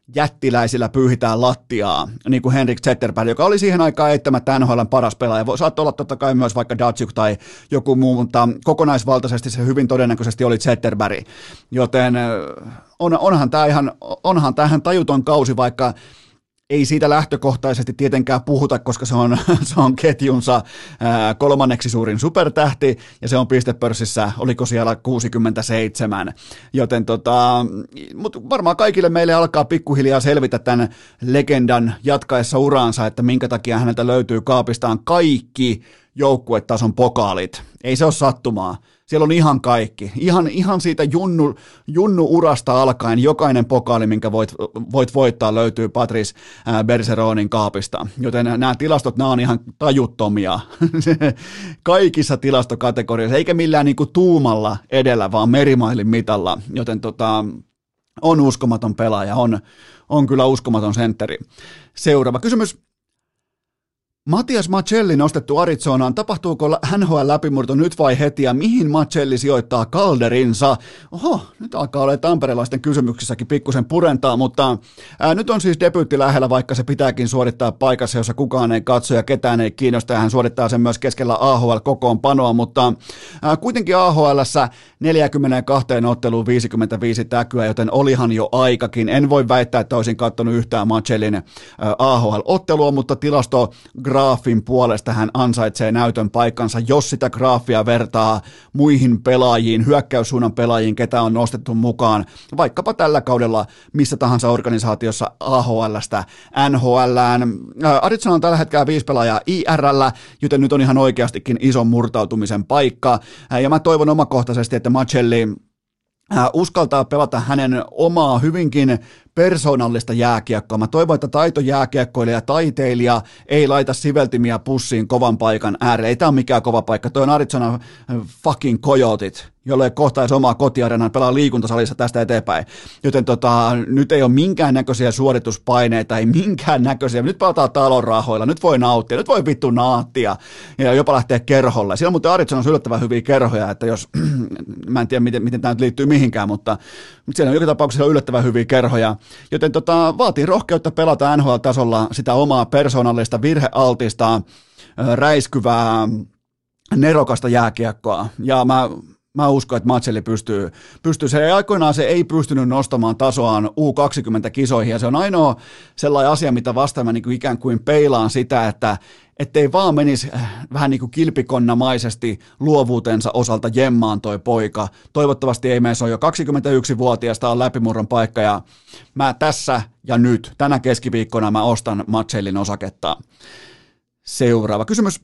jättiläisillä pyyhitään lattiaa, niin kuin Henrik Zetterberg, joka oli siihen aikaan eittämättä N H L:n paras pelaaja. Saattoi olla totta kai myös vaikka Datsuk tai joku muu, mutta kokonaisvaltaisesti se hyvin todennäköisesti oli Zetterberg. Joten on, onhan tämä ihan, onhan tämä ihan tajuton kausi, vaikka ei siitä lähtökohtaisesti tietenkään puhuta, koska se on, se on ketjunsa ää, kolmanneksi suurin supertähti, ja se on pistepörssissä, oliko siellä kuusikymmentäseitsemän. Joten tota, mutta varmaan kaikille meille alkaa pikkuhiljaa selvitä tämän legendan jatkaessa uraansa, että minkä takia häneltä löytyy kaapistaan kaikki joukkuetason pokaalit. Ei se ole sattumaa. Siellä on ihan kaikki. Ihan, ihan siitä junnu, junnu-urasta alkaen jokainen pokaali, minkä voit, voit voittaa, löytyy Patrice Bergeronin kaapista. Joten nämä tilastot, nämä on ihan tajuttomia kaikissa tilastokategorioissa, eikä millään niin kuin tuumalla edellä, vaan merimailin mitalla. Joten tota, on uskomaton pelaaja, on, on kyllä uskomaton sentteri. Seuraava kysymys. Matias Maccelli nostettu Arizonaan. Tapahtuuko N H L-läpimurto nyt vai heti ja mihin Maccelli sijoittaa kalderinsa? Oho, nyt alkaa olla tamperelaisten kysymyksissäkin pikkusen purentaa, mutta ää, nyt on siis debyytti lähellä, vaikka se pitääkin suorittaa paikassa, jossa kukaan ei katso ja ketään ei kiinnosta ja hän suorittaa sen myös keskellä A H L-kokoonpanoa, mutta ää, kuitenkin A H L:ssä neljäkymmentäkaksi otteluun viisikymmentäviisi täkyä, joten olihan jo aikakin. En voi väittää, että olisin katsonut yhtään Macellin ää, A H L-ottelua, mutta tilasto graafin puolesta hän ansaitsee näytön paikkansa, jos sitä graafia vertaa muihin pelaajiin, hyökkäyssuunnan pelaajiin, ketä on nostettu mukaan, vaikkapa tällä kaudella missä tahansa organisaatiossa A H L:stä N H L:ään. Arizona on tällä hetkellä viisi pelaajaa I R L, joten nyt on ihan oikeastikin ison murtautumisen paikka, ja mä toivon omakohtaisesti, että Maccelli uskaltaa pelata hänen omaa hyvinkin persoonallista jääkiekkoa. Mä toivon, että taitojääkiekkoilija ja taiteilija ei laita siveltimiä pussiin kovan paikan äärelle. Ei tää ole mikään kova paikka. Toi on Arizona fucking Coyotit, jolle kohtaisi omaa kotiarenaan, pelaa liikuntasalissa tästä eteenpäin. Joten tota, nyt ei ole minkäännäköisiä suorituspaineita, ei minkäännäköisiä. Nyt pelataan talon rahoilla, nyt voi nauttia, nyt voi vittu naattia ja jopa lähteä kerholle. Siellä on muuten Arizonassa yllättävän hyviä kerhoja, että jos, mä en tiedä miten, miten tämä nyt liittyy mihinkään, mutta, mutta siellä on joka tapauksessa yllättävän hyviä kerhoja. Joten tota, vaatii rohkeutta pelata N H L-tasolla sitä omaa persoonallista, virhealtista, räiskyvää, nerokasta jääkiekkoa. Ja mä, mä uskon, että Maccelli pystyy, pystyy. Se aikoinaan se ei pystynyt nostamaan tasoaan U kaksikymmentä-kisoihin, ja se on ainoa sellainen asia, mitä vastaan mä niin kuin ikään kuin peilaan sitä, että ettei vaan menisi vähän niin kuin kilpikonnamaisesti luovuutensa osalta jemmaan toi poika. Toivottavasti ei mene, se on jo kaksikymmentäyksivuotias, tämä on läpimurron paikka, ja mä tässä ja nyt, tänä keskiviikkona mä ostan Maccellin osaketta. Seuraava kysymys.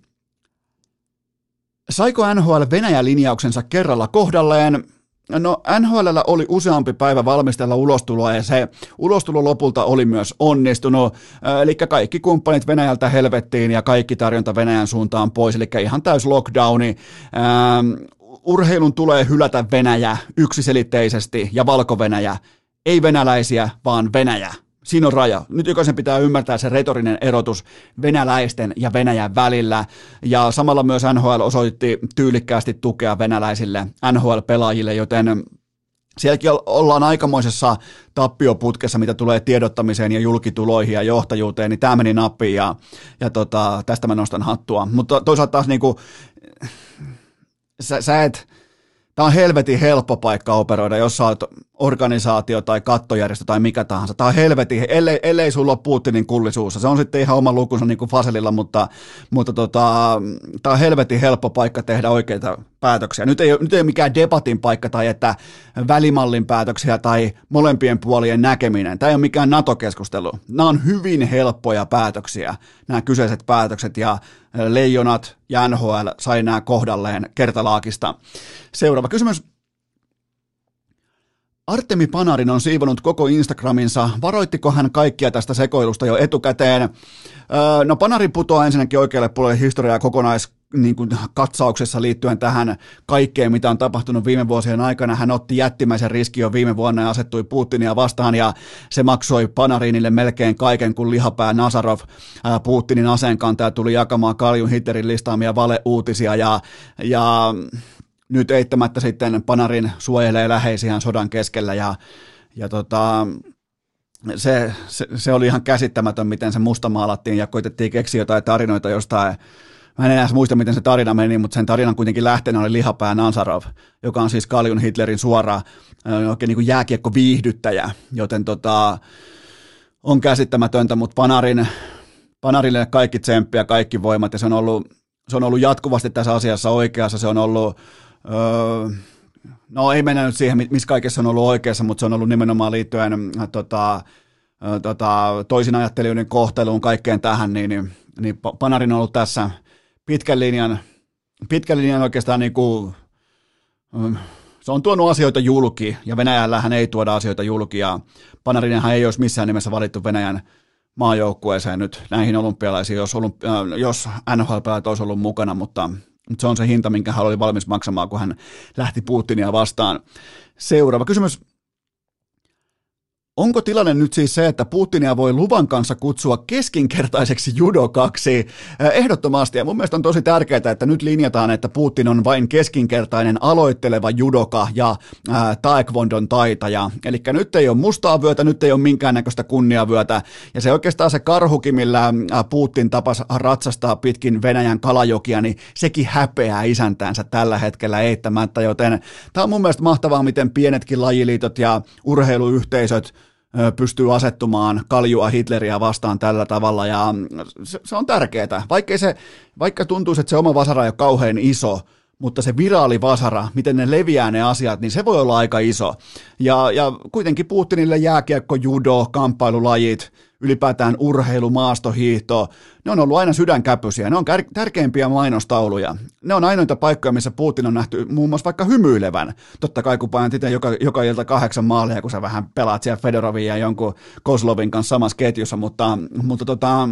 Saiko N H L Venäjä-linjauksensa kerralla kohdalleen? No N H L:llä oli useampi päivä valmistella ulostuloa ja se ulostulo lopulta oli myös onnistunut, eli kaikki kumppanit Venäjältä helvettiin ja kaikki tarjonta Venäjän suuntaan pois, eli ihan täys lockdowni. Ähm, urheilun tulee hylätä Venäjä yksiselitteisesti ja Valko-Venäjä, ei venäläisiä vaan Venäjä. Siinä on raja. Nyt jokaisen pitää ymmärtää se retorinen erotus venäläisten ja Venäjän välillä, ja samalla myös N H L osoitti tyylikkäästi tukea venäläisille N H L-pelaajille, joten sielläkin ollaan aikamoisessa tappioputkessa, mitä tulee tiedottamiseen ja julkituloihin ja johtajuuteen, niin tämä meni nappiin, ja, ja tota, tästä mä nostan hattua. Mutta toisaalta taas niinku, sä, sä et... Tämä on helvetin helppo paikka operoida, jos sä oot organisaatio tai kattojärjestö tai mikä tahansa. Tämä on helvetin, ellei, ellei sulla ole Putinin kullisuussa. Se on sitten ihan oma lukunsa niin kuin Faselilla, mutta, mutta tota, tämä on helvetin helppo paikka tehdä oikeita päätöksiä. Nyt ei, nyt ei ole mikään debatin paikka tai että välimallin päätöksiä tai molempien puolien näkeminen. Tämä ei ole mikään NATO-keskustelu. Nämä on hyvin helppoja päätöksiä, nämä kyseiset päätökset, ja Leijonat ja N H L sai nämä kohdalleen kertalaakista. Seuraava kysymys. Artemi Panarin on siivonut koko Instagraminsa. Varoittiko hän kaikkia tästä sekoilusta jo etukäteen? Öö, no Panarin putoaa ensinnäkin oikealle puolelle historiaa kokonais niin kuin katsauksessa liittyen tähän kaikkeen, mitä on tapahtunut viime vuosien aikana. Hän otti jättimäisen riskin jo viime vuonna ja asettui Putinia vastaan, ja se maksoi Panarinille melkein kaiken, kun lihapää Nazarov, ää, Putinin aseenkantaja, tuli jakamaan Kaljun Hitlerin listaamia valeuutisia, ja, ja nyt eittämättä sitten Panarin suojelee läheisiään sodan keskellä, ja, ja tota, se, se, se oli ihan käsittämätön, miten se musta maalattiin ja koitettiin keksiä jotain tarinoita jostain. Mä en enää muista, miten se tarina meni, mutta sen tarinan kuitenkin lähteenä oli Lihapää Nazarov, joka on siis Kaljun Hitlerin suora oikein niin kuin jääkiekko-viihdyttäjä, joten tota, on käsittämätöntä, mutta Panarin, Panarille kaikki tsemppiä, kaikki voimat, ja se on ollut, se on ollut jatkuvasti tässä asiassa oikeassa, se on ollut, öö, no ei mennä nyt siihen, missä kaikessa on ollut oikeassa, mutta se on ollut nimenomaan liittyen tota, tota, toisin ajattelijoiden kohteluun, kaikkeen tähän, niin, niin, niin Panarin on ollut tässä pitkän linjan, pitkän linjan oikeastaan niin kuin, se on tuonut asioita julki, ja Venäjällähän ei tuoda asioita julki, ja Panarinenhan ei olisi missään nimessä valittu Venäjän maajoukkueeseen nyt näihin olympialaisiin, jos, olympi- jos N H L-pelaajat olisi ollut mukana, mutta, mutta se on se hinta, minkä hän oli valmis maksamaan, kun hän lähti Putinia vastaan. Seuraava kysymys. Onko tilanne nyt siis se, että Putinia voi luvan kanssa kutsua keskinkertaiseksi judokaksi? Ehdottomasti, ja mun mielestä on tosi tärkeää, että nyt linjataan, että Putin on vain keskinkertainen aloitteleva judoka ja ää, taekwondon taitaja. Eli nyt ei ole mustaa vyötä, nyt ei ole minkäännäköistä kunniavyötä, ja se oikeastaan se karhukin, millä Putin tapasi ratsastaa pitkin Venäjän kalajokia, niin sekin häpeää isäntäänsä tällä hetkellä eittämättä, joten tämä on mun mielestä mahtavaa, miten pienetkin lajiliitot ja urheiluyhteisöt pystyy asettumaan Kaljua Hitleriä vastaan tällä tavalla, ja se, se on tärkeää. Vaikka, se, vaikka tuntuisi, että se oma vasara ei ole kauhean iso, mutta se viraalivasara, miten ne leviää ne asiat, niin se voi olla aika iso. Ja, ja kuitenkin Putinille jääkiekko, judo, kamppailulajit, ylipäätään urheilu, maastohiihto, ne on ollut aina sydänkäpysiä, ne on tärkeimpiä mainostauluja. Ne on ainoita paikkoja, missä Putin on nähty muun muassa vaikka hymyilevän. Totta kai kun painat itse joka, joka ilta kahdeksan maalia, kun sä vähän pelaat siellä Fedorovin ja jonkun Kozlovin kanssa samassa ketjussa, mutta, mutta tota,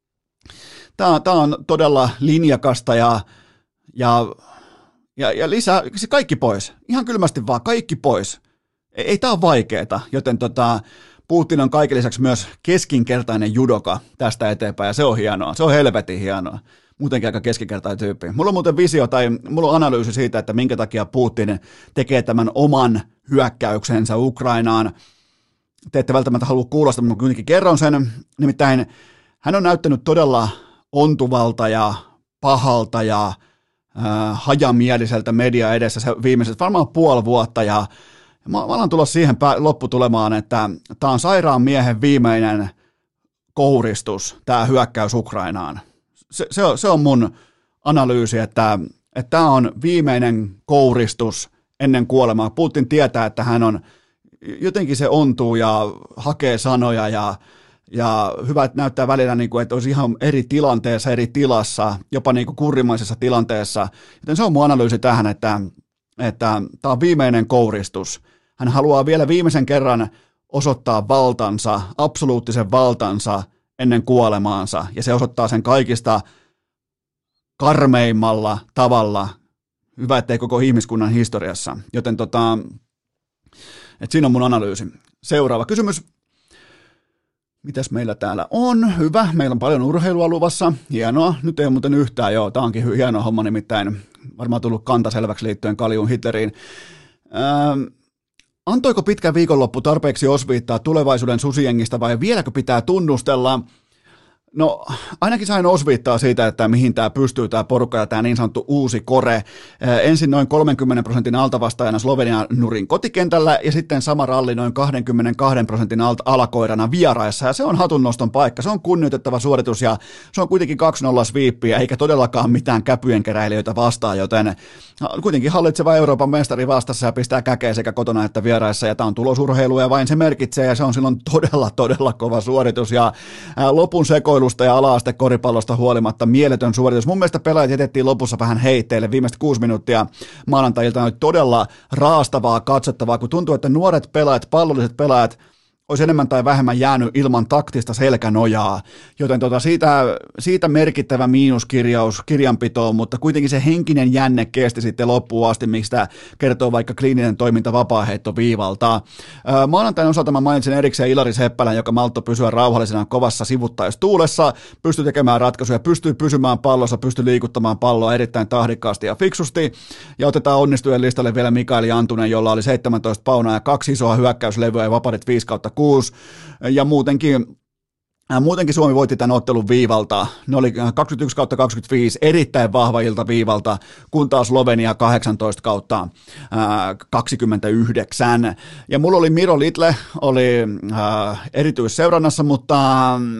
tämä on todella linjakasta ja, ja, ja, ja lisää, se kaikki pois, ihan kylmästi vaan, kaikki pois. Ei, ei tämä ole vaikeaa, joten tota, Putin on kaiken lisäksi myös keskinkertainen judoka tästä eteenpäin, ja se on hienoa, se on helvetin hienoa. Muutenkin aika keskinkertainen tyyppi. Mulla on muuten visio tai mulla on analyysi siitä, että minkä takia Putin tekee tämän oman hyökkäyksensä Ukrainaan. Te ette välttämättä halua kuulla sitä, mutta kuitenkin kerron sen. Nimittäin hän on näyttänyt todella ontuvalta ja pahalta ja äh, hajamieliseltä media edessä se viimeiset varmaan puoli vuotta, ja Mä, mä alan tulla siihen lopputulemaan, että tämä on sairaan miehen viimeinen kouristus, tämä hyökkäys Ukrainaan. Se, se, on, se on mun analyysi, että tämä on viimeinen kouristus ennen kuolemaa. Putin tietää, että hän on, jotenkin se ontuu ja hakee sanoja ja, ja hyvä, että näyttää välillä, niin kuin, että olisi ihan eri tilanteessa, eri tilassa, jopa niin kuin kurrimaisessa tilanteessa. Joten se on mun analyysi tähän, että että tämä on viimeinen kouristus. Hän haluaa vielä viimeisen kerran osoittaa valtansa, absoluuttisen valtansa ennen kuolemaansa, ja se osoittaa sen kaikista karmeimmalla tavalla. Hyvä, ettei koko ihmiskunnan historiassa. Joten tota, et siinä on mun analyysi. Seuraava kysymys. Mitäs meillä täällä on? Hyvä, meillä on paljon urheilua luvassa. Hienoa, nyt ei ole muuten yhtään, joo, tämä onkin hieno homma, nimittäin varmaan tullut kanta selväksi liittyen Kaljun Hitleriin. Ähm, antoiko pitkä viikonloppu tarpeeksi osviittaa tulevaisuuden susijengistä vai vieläkö pitää tunnustella? No ainakin sain osviittaa siitä, että mihin tämä pystyy tämä porukka ja tämä niin sanottu uusi kore. Ensin noin kolmenkymmenen prosentin altavastaajana Slovenian nurin kotikentällä ja sitten sama ralli noin kaksikymmentäkaksi prosentin alt- alakoirana vieraissa. Ja se on hatunnoston paikka, se on kunnioitettava suoritus ja se on kuitenkin kaksi nolla sviippiä eikä todellakaan mitään käpyjen keräilijöitä vastaan, joten kuitenkin hallitseva Euroopan mestari vastassa ja pistää käkeä sekä kotona että vieraissa ja tämä on tulosurheilu ja vain se merkitsee ja se on silloin todella todella kova suoritus ja lopun sekoilu ja ala-aste koripallosta huolimatta mieletön suoritus. Mun mielestä pelaajat jätettiin lopussa vähän heitteille. Viimeiset kuusi minuuttia maanantai-iltana oli todella raastavaa, katsottavaa, kun tuntuu, että nuoret pelaajat, pallolliset pelaajat olisi enemmän tai vähemmän jäänyt ilman taktista selkänojaa, joten tota siitä, siitä merkittävä miinuskirjaus kirjanpitoon, mutta kuitenkin se henkinen jänne kesti sitten loppuun asti, miksi tämä kertoo vaikka kliininen toiminta vapaaheittoviivalta. Maanantain osalta mä mainitsin erikseen Ilari Seppälän, joka malttoi pysyä rauhallisena kovassa sivuttaistuulessa, pystyi tekemään ratkaisuja, pystyy pysymään pallossa, pystyy liikuttamaan palloa erittäin tahdikkaasti ja fiksusti, ja otetaan onnistujen listalle vielä Mikael Jantunen, jolla oli seitsemäntoista paunaa ja kaksi isoa hyökkäyslevyä ja vaparit viisi kautta kaksikymmentäkuusi ja muutenkin Muutenkin Suomi voitti tämän ottelun viivalta. Ne oli kaksikymmentäyksi kautta kaksikymmentäviisi, erittäin vahva ilta viivalta, kun taas Slovenia kahdeksantoista kautta kaksikymmentäyhdeksän. Ja mulla oli Miro Litle, oli äh, erityisseurannassa, mutta äh,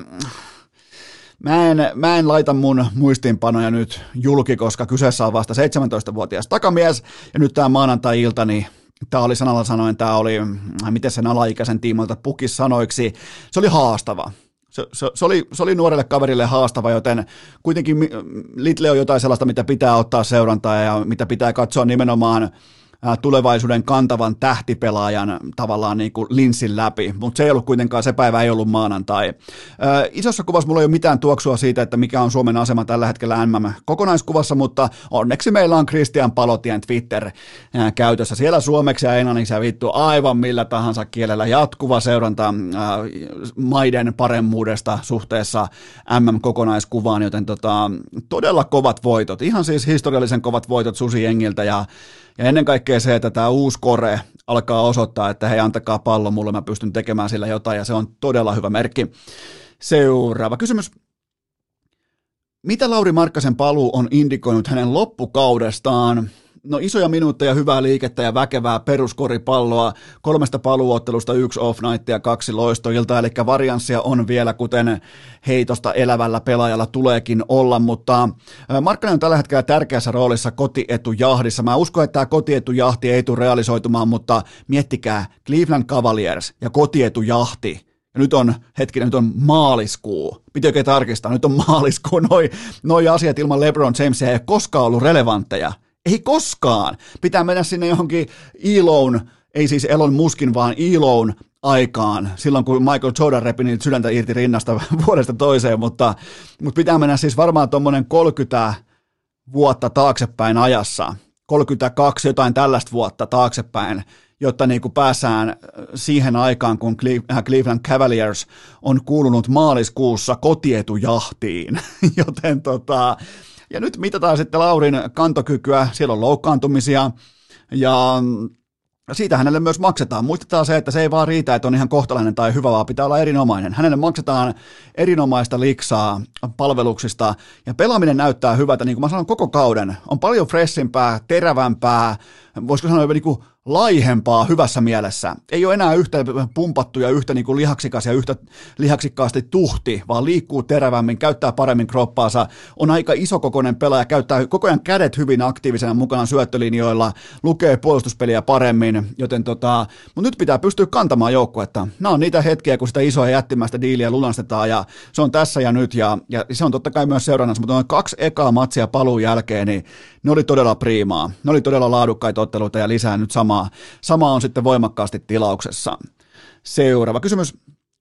mä, en, mä en laita mun muistiinpanoja nyt julki, koska kyseessä on vasta seitsemäntoistavuotias takamies, ja nyt tää maanantai-ilta, niin tämä oli sanalla sanoen, tämä oli, miten sen alaikäisen tiimoilta pukis sanoiksi, se oli haastava. Se, se, se, oli, se oli nuorelle kaverille haastava, joten kuitenkin Litle on jotain sellaista, mitä pitää ottaa seurantaa ja mitä pitää katsoa nimenomaan tulevaisuuden kantavan tähtipelaajan tavallaan niin kuin linssin läpi, mutta se ei ollut kuitenkaan, se päivä ei ollut maanantai. Ää, isossa kuvassa mulla ei ole mitään tuoksua siitä, että mikä on Suomen asema tällä hetkellä M M-kokonaiskuvassa, mutta onneksi meillä on Christian Palotien Twitter ää, käytössä. Siellä suomeksi ja englanniksi ja vittu aivan millä tahansa kielellä jatkuva seuranta ää, maiden paremmuudesta suhteessa M M-kokonaiskuvaan, joten tota, todella kovat voitot, ihan siis historiallisen kovat voitot Susi-jengiltä ja Ja ennen kaikkea se, että tämä uusi kore alkaa osoittaa, että hei, antakaa pallo mulle, mä pystyn tekemään sillä jotain, ja se on todella hyvä merkki. Seuraava kysymys. Mitä Lauri Markkasen paluu on indikoinut hänen loppukaudestaan? No isoja minuutteja, hyvää liikettä ja väkevää peruskoripalloa, kolmesta paluuottelusta, yksi off-night ja kaksi loistoilta, eli varianssia on vielä, kuten heitosta elävällä pelaajalla tuleekin olla, mutta Markkanen on tällä hetkellä tärkeässä roolissa kotietujahdissa. Mä uskon, että tämä kotietujahti ei tule realisoitumaan, mutta miettikää Cleveland Cavaliers ja kotietujahti. Ja nyt on, hetkinen, nyt on maaliskuu. Piti oikein tarkistaa, nyt on maaliskuu. Noi, noi asiat ilman LeBron Jamesia ei ole koskaan ollut relevantteja. Ei koskaan. Pitää mennä sinne johonkin Elon, ei siis Elon Muskin, vaan Elon aikaan, silloin kun Michael Jordan repi niitä sydäntä irti rinnasta vuodesta toiseen, mutta, mutta pitää mennä siis varmaan tuommoinen kolmekymmentä vuotta taaksepäin ajassa, kolmekymmentäkaksi jotain tällaista vuotta taaksepäin, jotta niin kuin päässään siihen aikaan, kun Cleveland Cavaliers on kuulunut maaliskuussa kotietujahtiin, joten tota... Ja nyt mitataan sitten Laurin kantokykyä, siellä on loukkaantumisia ja siitä hänelle myös maksetaan. Muistetaan se, että se ei vaan riitä, että on ihan kohtalainen tai hyvä, vaan pitää olla erinomainen. Hänelle maksetaan erinomaista liksaa palveluksista ja pelaaminen näyttää hyvältä, niin kuin mä sanon koko kauden. On paljon freshimpää, terävämpää, voisiko sanoa niin kuin laihempaa hyvässä mielessä. Ei ole enää yhtä pumpattu ja yhtä niin kuin lihaksikas ja yhtä lihaksikkaasti tuhti, vaan liikkuu terävämmin, käyttää paremmin kroppaansa, on aika isokokoinen pelaaja, käyttää koko ajan kädet hyvin aktiivisena mukana syöttölinjoilla, lukee puolustuspeliä paremmin, joten tota, mutta nyt pitää pystyä kantamaan joukkuetta. Nämä on niitä hetkiä, kun sitä isoa jättimäistä diiliä lunastetaan ja se on tässä ja nyt ja, ja se on totta kai myös seurannassa, mutta on kaksi ekaa matsia paluun jälkeen, niin ne oli todella priimaa. Ne oli todella laadukkaita otteluita ja lisää nyt samaa. Sama on sitten voimakkaasti tilauksessa. Seuraava kysymys.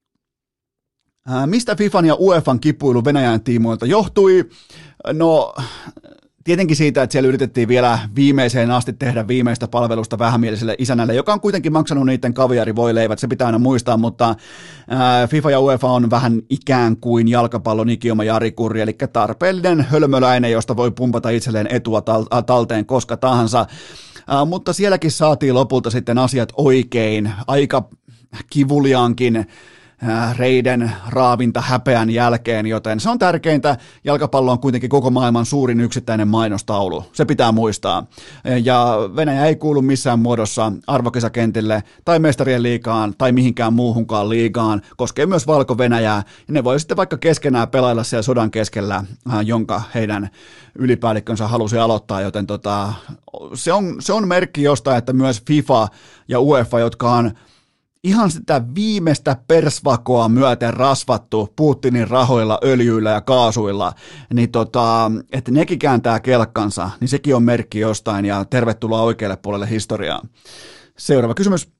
Ää, mistä FIFAn ja UEFan kipuilu Venäjän tiimoilta johtui? No, tietenkin siitä, että siellä yritettiin vielä viimeiseen asti tehdä viimeistä palvelusta vähämieliselle isännälle, joka on kuitenkin maksanut niiden kaviarivoileivät, se pitää aina muistaa, mutta ää, FIFA ja UEFA on vähän ikään kuin jalkapallon ikioma Jari-kurri, eli tarpeellinen hölmöläinen, josta voi pumpata itselleen etua tal- talteen koska tahansa. Uh, mutta sielläkin saatiin lopulta sitten asiat oikein, aika kivuliaankin uh, reiden raavinta häpeän jälkeen, joten se on tärkeintä. Jalkapallo on kuitenkin koko maailman suurin yksittäinen mainostaulu, se pitää muistaa. Ja Venäjä ei kuulu missään muodossa arvokisakentille tai mestarien liigaan tai mihinkään muuhunkaan liigaan, koskee myös Valko-Venäjää, ja ne voi sitten vaikka keskenään pelailla siellä sodan keskellä, uh, jonka heidän ylipäällikkönsä halusi aloittaa, joten tota, se, on, se on merkki jostain, että myös FIFA ja UEFA, jotka on ihan sitä viimeistä persvakoa myöten rasvattu Putinin rahoilla, öljyillä ja kaasuilla, niin tota, että nekin kääntää kelkkansa, niin sekin on merkki jostain ja tervetuloa oikealle puolelle historiaa. Seuraava kysymys.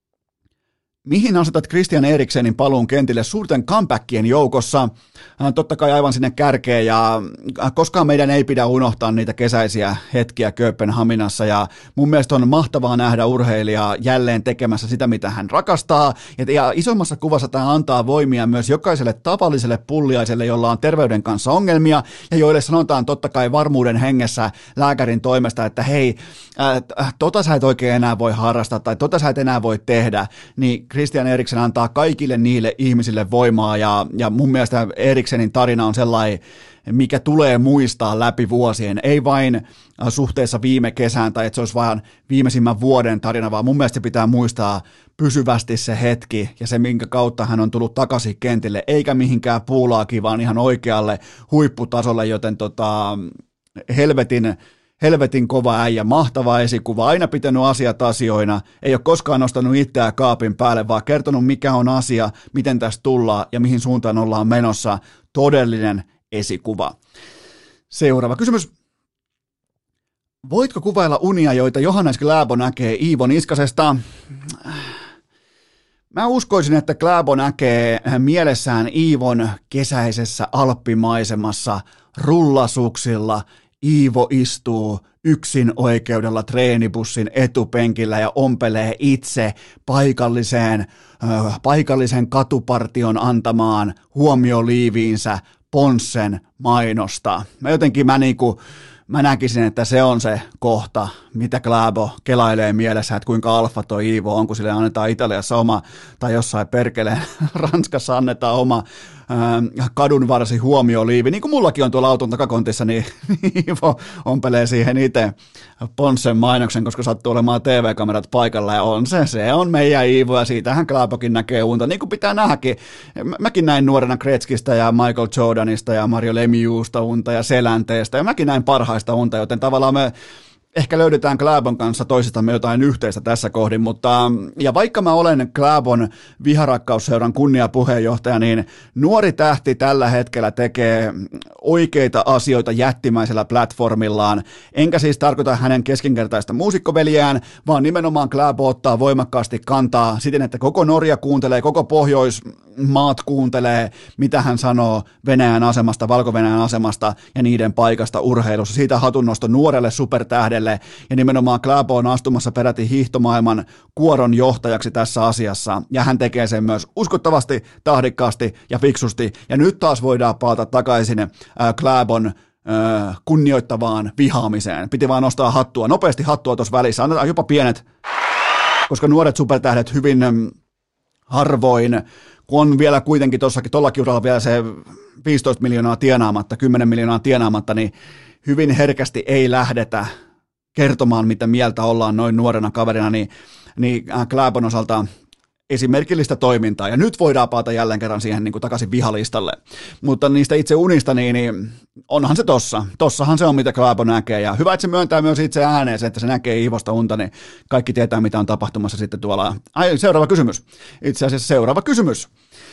Mihin asetat Christian Eriksenin paluun kentille suurten comebackien joukossa? Totta kai aivan sinne kärkeen ja koskaan meidän ei pidä unohtaa niitä kesäisiä hetkiä Kööpenhaminassa ja mun mielestä on mahtavaa nähdä urheilijaa jälleen tekemässä sitä, mitä hän rakastaa ja isommassa kuvassa tämä antaa voimia myös jokaiselle tavalliselle pulliaiselle, jolla on terveyden kanssa ongelmia ja joille sanotaan totta kai varmuuden hengessä lääkärin toimesta, että hei, äh, tota sä et oikein enää voi harrastaa tai tota sä et enää voi tehdä, niin Christian Eriksen antaa kaikille niille ihmisille voimaa, ja, ja mun mielestä Eriksenin tarina on sellainen, mikä tulee muistaa läpi vuosien, ei vain suhteessa viime kesään tai että se olisi vain viimeisimmän vuoden tarina, vaan mun mielestä pitää muistaa pysyvästi se hetki ja se, minkä kautta hän on tullut takaisin kentille, eikä mihinkään puulaakin, vaan ihan oikealle huipputasolle, joten tota, helvetin, helvetin kova äijä, mahtava esikuva, aina pitänyt asiat asioina, ei ole koskaan nostanut itseään kaapin päälle, vaan kertonut mikä on asia, miten tästä tullaan ja mihin suuntaan ollaan menossa, todellinen esikuva. Seuraava kysymys. Voitko kuvailla unia, joita Johannes Klæbo näkee Iivo Niskasesta? Mä uskoisin, että Klæbo näkee mielessään Iivon kesäisessä alppimaisemassa rullasuksilla. Iivo istuu yksin oikeudella treenibussin etupenkillä ja ompelee itse paikalliseen, äh, paikallisen katupartion antamaan huomioliiviinsä Ponssen mainosta. Mä jotenkin mä niinku, mä näkisin, että se on se kohta, mitä Klæbo kelailee mielessä, että kuinka alfa toi Iivo on, kun sille annetaan Italiassa oma, tai jossain perkeleen Ranskassa annetaan oma äh, kadunvarsi huomioliivi, niin kuin mullakin on tuolla auton takakontissa, niin Iivo ompelee siihen itse Ponssen mainoksen, koska sattuu olemaan T V-kamerat paikalla, ja on se, se on meidän Iivo, ja siitähän Klæbokin näkee unta, niin kuin pitää nähdäkin. Mäkin näin nuorena Gretzkistä ja Michael Jordanista ja Mario Lemieuxsta unta ja Selänteestä, ja mäkin näin parhaista unta, joten tavallaan me ehkä löydetään Klæbon kanssa toisistamme jotain yhteistä tässä kohdin, mutta ja vaikka mä olen Klæbon vihaраkkausseuran kunniapuheenjohtaja, niin nuori tähti tällä hetkellä tekee oikeita asioita jättimäisellä platformillaan, enkä siis tarkoita hänen keskinkertaista muusikkoveljään, vaan nimenomaan Klæbo ottaa voimakkaasti kantaa siten, että koko Norja kuuntelee, koko Pohjoismaat kuuntelee, mitä hän sanoo Venäjän asemasta, Valko-Venäjän asemasta ja niiden paikasta urheilussa. Siitä hatunnosto nuorelle supertähdelle. Ja nimenomaan Klæbo on astumassa peräti hiihtomaailman kuoron johtajaksi tässä asiassa, ja hän tekee sen myös uskottavasti, tahdikkaasti ja fiksusti, ja nyt taas voidaan palata takaisin äh, Klæbon äh, kunnioittavaan vihaamiseen. Piti vaan nostaa hattua, nopeasti hattua tuossa välissä, annetaan jopa pienet, koska nuoret supertähdet hyvin ähm, harvoin, kun on vielä kuitenkin tuossakin, tuollakin uralla vielä se viisitoista miljoonaa tienaamatta, kymmenen miljoonaa tienaamatta, niin hyvin herkästi ei lähdetä kertomaan, mitä mieltä ollaan noin nuorena kaverina, niin, niin Klæbon osalta esimerkillistä toimintaa, ja nyt voidaan palata jälleen kerran siihen niin kuin takaisin vihalistalle. Mutta niistä itse unista, niin, niin onhan se tossa. Tossahan se on, mitä Klæbo näkee, ja hyvä, että se myöntää myös itse ääneen se, että se näkee Iivosta unta, niin kaikki tietää, mitä on tapahtumassa sitten tuolla. Ai, seuraava kysymys. Itse asiassa seuraava kysymys.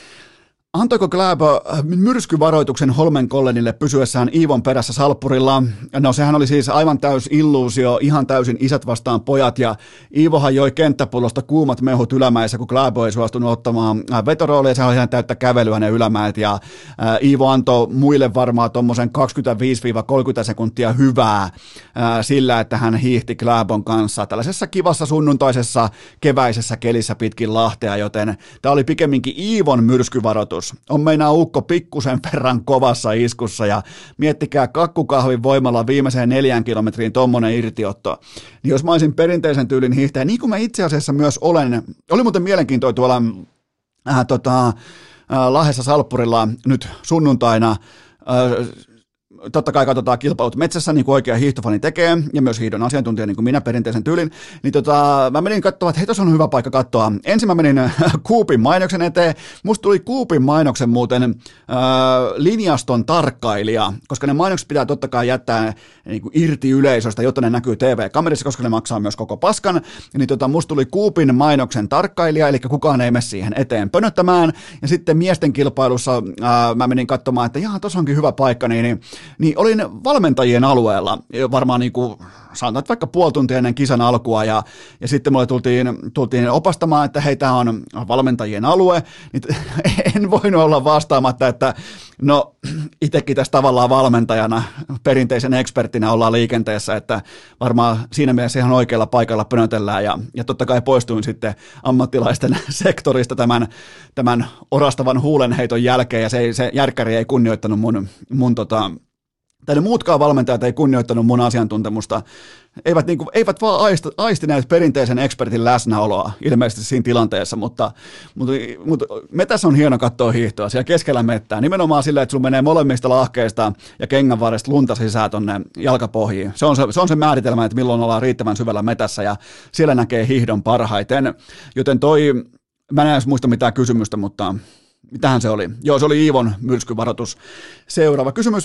Antoiko Klæbo myrskyvaroituksen Holmenkollenille pysyessään Iivon perässä salppurilla? No sehän oli siis aivan täys illuusio, ihan täysin isät vastaan pojat, ja Iivohan joi kenttäpullosta kuumat mehut ylämäessä, kun Klæbo ei suostunut ottamaan vetoroolia, se oli ihan täyttä kävelyä ne ylämäet, ja Iivo antoi muille varmaan tuommoisen kaksikymmentäviisi kolmekymmentä sekuntia hyvää sillä, että hän hiihti Klæbon kanssa tällaisessa kivassa sunnuntaisessa keväisessä kelissä pitkin Lahtea, joten tämä oli pikemminkin Iivon myrskyvaroitus. On meinaa ukko pikkusen verran kovassa iskussa, ja miettikää kakkukahvin voimalla viimeiseen neljään kilometriin tommonen irtiotto. Niin jos mä olisin perinteisen tyylin hiihtäjä, niin kuin mä itse asiassa myös olen, oli muuten mielenkiintoinen tuolla äh, tota, äh, Lahdessa salppurilla nyt sunnuntaina, äh, totta kai katsotaan kilpailut metsässä, niin kuin oikea hiihtofani tekee, ja myös hiihdon asiantuntija, niin kuin minä perinteisen tyylin, niin tota, mä menin katsomaan, että hei, tuossa on hyvä paikka katsoa. Ensin mä menin Coopin mainoksen eteen, musta tuli Coopin mainoksen muuten äh, linjaston tarkkailija, koska ne mainokset pitää totta kai jättää niin kuin irti yleisöstä, jotta ne näkyy T V-kamerissa, koska ne maksaa myös koko paskan, niin tota, musta tuli Coopin mainoksen tarkkailija, eli kukaan ei mene siihen eteen pönöttämään, ja sitten miesten kilpailussa äh, mä menin katsomaan, että jaa, tuossa onkin hyvä paikka, niin, niin niin olin valmentajien alueella, varmaan niin kuin sanotaan, vaikka puoli tuntia ennen kisan alkua, ja, ja sitten mulle tultiin, tultiin opastamaan, että hei, tämä on valmentajien alue, niin en voinut olla vastaamatta, että no itsekin tässä tavallaan valmentajana, perinteisen ekspertinä ollaan liikenteessä, että varmaan siinä mielessä ihan oikealla paikalla pönötellään, ja, ja totta kai poistuin sitten ammattilaisten sektorista tämän, tämän orastavan huulenheiton jälkeen, ja se, se järkkäri ei kunnioittanut mun, mun tota, tai ne muutkaan valmentajat ei kunnioittanut mun asiantuntemusta, eivät, niin kuin, eivät vaan aist, aistineet perinteisen ekspertin läsnäoloa ilmeisesti siinä tilanteessa, mutta, mutta, mutta me tässä on hieno katsoa hiihtoa siellä keskellä mettää, nimenomaan silleen, että sulla menee molemmista lahkeista ja kengänvarresta lunta sisään tonne jalkapohjiin. Se on se, se on se määritelmä, että milloin ollaan riittävän syvällä metässä ja siellä näkee hiihdon parhaiten, joten toi, mä en edes muista mitään kysymystä, mutta mitähän se oli? Joo, se oli Iivon myrskyvaroitus. Seuraava kysymys.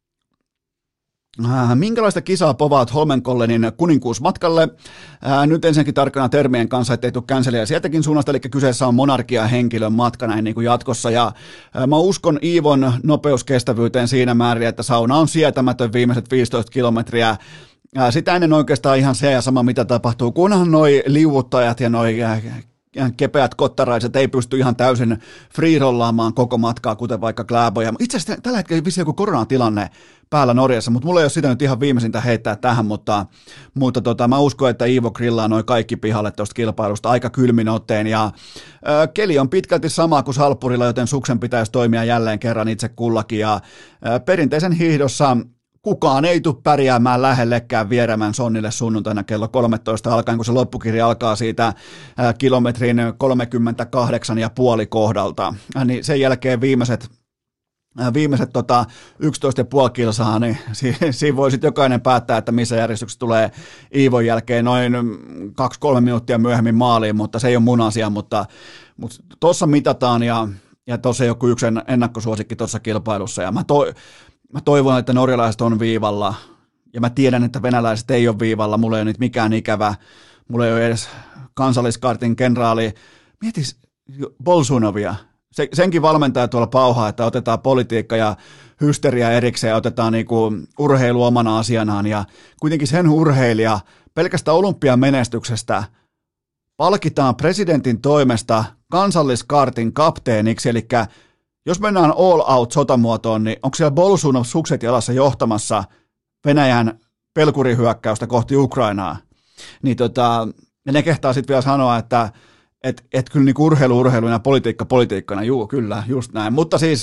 Minkälaista kisaa povaat Holmenkollenin kuninkuusmatkalle? Ää, nyt ensinnäkin tarkkana termien kanssa, ettei tule canceliä sieltäkin suunnasta, eli kyseessä on monarkia-henkilön matka näin niin kuin jatkossa, ja ää, mä uskon Iivon nopeuskestävyyteen siinä määrin, että sauna on sietämätön viimeiset viisitoista kilometriä. Ää, sitä ennen oikeastaan ihan se ja sama, mitä tapahtuu, kunhan noi liuuttajat ja noi ää, kepeät kottaraiset ei pysty ihan täysin freerollaamaan koko matkaa, kuten vaikka Klæbo. Itse asiassa tällä hetkellä vissi joku koronatilanne päällä Norjassa, mutta mulla ei ole sitä nyt ihan viimeisintä heittää tähän, mutta, mutta tota, mä uskon, että Iivo grillaa noin kaikki pihalle tuosta kilpailusta aika kylmin otteen, ja ö, keli on pitkälti sama kuin Salppurilla, joten suksen pitäisi toimia jälleen kerran itse kullakin, ja ö, perinteisen hiihdossa kukaan ei tule pärjäämään lähellekään Vieremän Sonnille sunnuntaina kello kolmetoista alkaen, kun se loppukirja alkaa siitä ää, kilometrin kolmekymmentäkahdeksan ja puoli kohdalta. Ää, niin sen jälkeen viimeiset, ää, viimeiset tota, yksitoista ja puoli kilsaa, niin si- siinä voi sitten jokainen päättää, että missä järjestyksessä tulee Iivon jälkeen noin kaksi kolme minuuttia myöhemmin maaliin, mutta se ei ole mun asia, mutta, mutta tuossa mitataan ja, ja tuossa ei ole kuin yksi ennakkosuosikki tuossa kilpailussa, ja mä toi Mä toivon, että norjalaiset on viivalla, ja mä tiedän, että venäläiset ei ole viivalla, mulla ei ole nyt mikään ikävä, mulla ei ole edes kansalliskartin kenraali, mietis Bolsunovia, Se, senkin valmentaja tuolla pauhaa, että otetaan politiikka ja hysteria erikseen ja otetaan niinku urheilu omana asianaan, ja kuitenkin sen urheilija pelkästä olympian menestyksestä palkitaan presidentin toimesta kansalliskartin kapteeniksi, eli jos mennään all out sotamuotoon, niin onko siellä Bolsunov sukset jalassa johtamassa Venäjän pelkurihyökkäystä kohti Ukrainaa? Niin tota, ja ne kehtaa sitten vielä sanoa, että et, et kyllä niin urheilu urheiluna ja politiikka politiikkana, juu kyllä, just näin. Mutta siis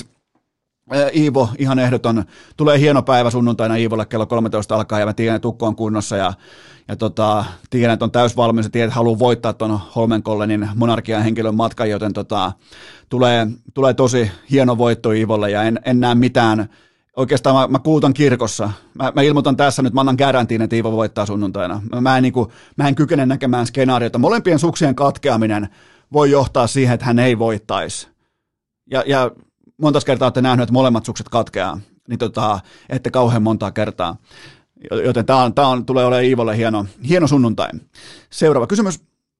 Iivo, ihan ehdoton, tulee hieno päivä sunnuntaina Iivolle kello kolmetoista alkaa, ja mä tiedän, että Ukko on kunnossa, ja, ja tota, tiedän, että on täysvalmius, ja tiedän, että haluaa voittaa tuon Holmenkollenin monarkian henkilön matkan, joten tota, tulee, tulee tosi hieno voitto Iivolle, ja en, en näe mitään, oikeastaan mä, mä kuutan kirkossa, mä, mä ilmoitan tässä nyt, mä annan garantiin, että Iivo voittaa sunnuntaina, mä, mä, en, niin kuin, mä en kykene näkemään skenaariota, molempien suksien katkeaminen voi johtaa siihen, että hän ei voittaisi, ja, ja monta kertaa olette nähneet, että molemmat sukset katkeaa, niin tota, ette kauhean montaa kertaa. Joten tämä on, tää on, tulee olemaan Iivolle hieno, hieno sunnuntai. Seuraava kysymys.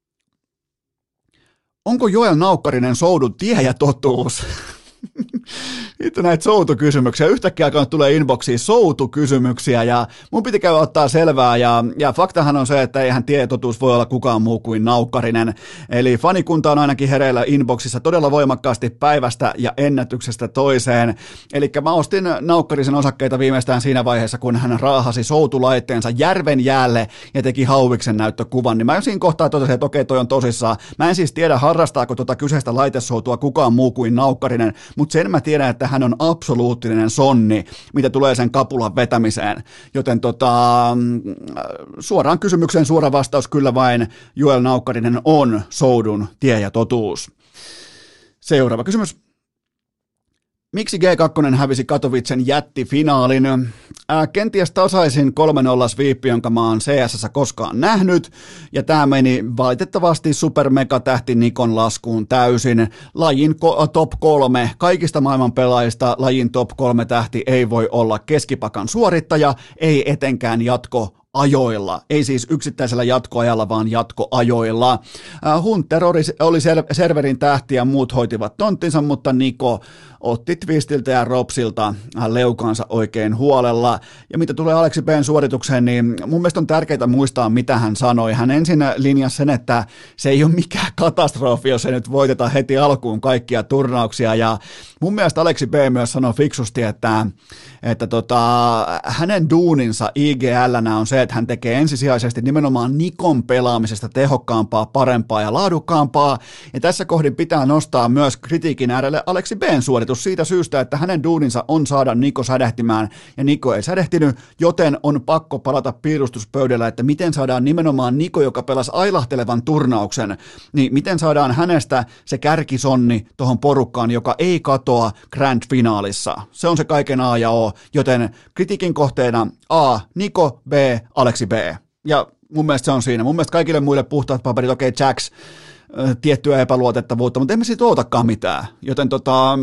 Onko Joel Naukkarinen soudun tie ja totuus? Nyt näitä soutukysymyksiä. Yhtäkkiä alkaa tulee inboxiin soutukysymyksiä, ja mun piti käydä ottaa selvää, ja, ja faktahan on se, että eihän tietotuus voi olla kukaan muu kuin Naukkarinen. Eli fanikunta on ainakin hereillä inboxissa todella voimakkaasti päivästä ja ennätyksestä toiseen. Eli mä ostin Naukkarisen osakkeita viimeistään siinä vaiheessa, kun hän raahasi soutulaitteensa järven jäälle ja teki hauviksen näyttökuvan. Niin mä siinä kohtaa totesin, että okei, toi on tosissaan. Mä en siis tiedä, harrastaako tuota kyseistä laitesoutua kukaan muu kuin Naukkarinen, mutta sen mä tiedän, että hän on absoluuttinen sonni, mitä tulee sen kapulan vetämiseen. Joten tota, suoraan kysymykseen suora vastaus, kyllä vain Joel Naukkarinen on soudun tie ja totuus. Seuraava kysymys. Miksi G kaksi hävisi Katowicen jättifinaalin? Ää, kenties tasaisin kolme nolla sweep, jonka mä oon C S:ssä koskaan nähnyt, ja tämä meni valitettavasti supermegatähti Nikon laskuun täysin. Lajin ko- top kolme, kaikista maailman pelaajista lajin top kolme tähti ei voi olla keskipakan suorittaja, ei etenkään jatko ajoilla, ei siis yksittäisellä jatkoajalla, vaan jatkoajoilla. Hunter oli serverin tähti ja muut hoitivat tonttinsa, mutta Niko otti Twistiltä ja Ropsilta leukansa oikein huolella. Ja mitä tulee Aleksi B:n suoritukseen, niin mun mielestä on tärkeää muistaa, mitä hän sanoi. Hän ensin linjasi sen, että se ei ole mikään katastrofi, jos ei nyt voiteta heti alkuun kaikkia turnauksia. Ja mun mielestä Aleksi B myös sanoi fiksusti, että, että tota, hänen duuninsa I G L:nä on se, että hän tekee ensisijaisesti nimenomaan Nikon pelaamisesta tehokkaampaa, parempaa ja laadukkaampaa. Ja tässä kohdin pitää nostaa myös kritiikin äärelle Aleksi B:n suoritus siitä syystä, että hänen duuninsa on saada Niko sädehtimään, ja Niko ei sädehtinyt, joten on pakko palata piirustuspöydällä, että miten saadaan nimenomaan Niko, joka pelasi ailahtelevan turnauksen, niin miten saadaan hänestä se kärkisonni tuohon porukkaan, joka ei katoa Grand Finaalissa. Se on se kaiken A ja O, joten kritiikin kohteena A, Niko, B, Aleksi B. Ja mun mielestä se on siinä. Mun mielestä kaikille muille puhtaat paperit, okei, okay, Jax, tiettyä epäluotettavuutta, mutta emme siitä ootakaan mitään. Joten tota,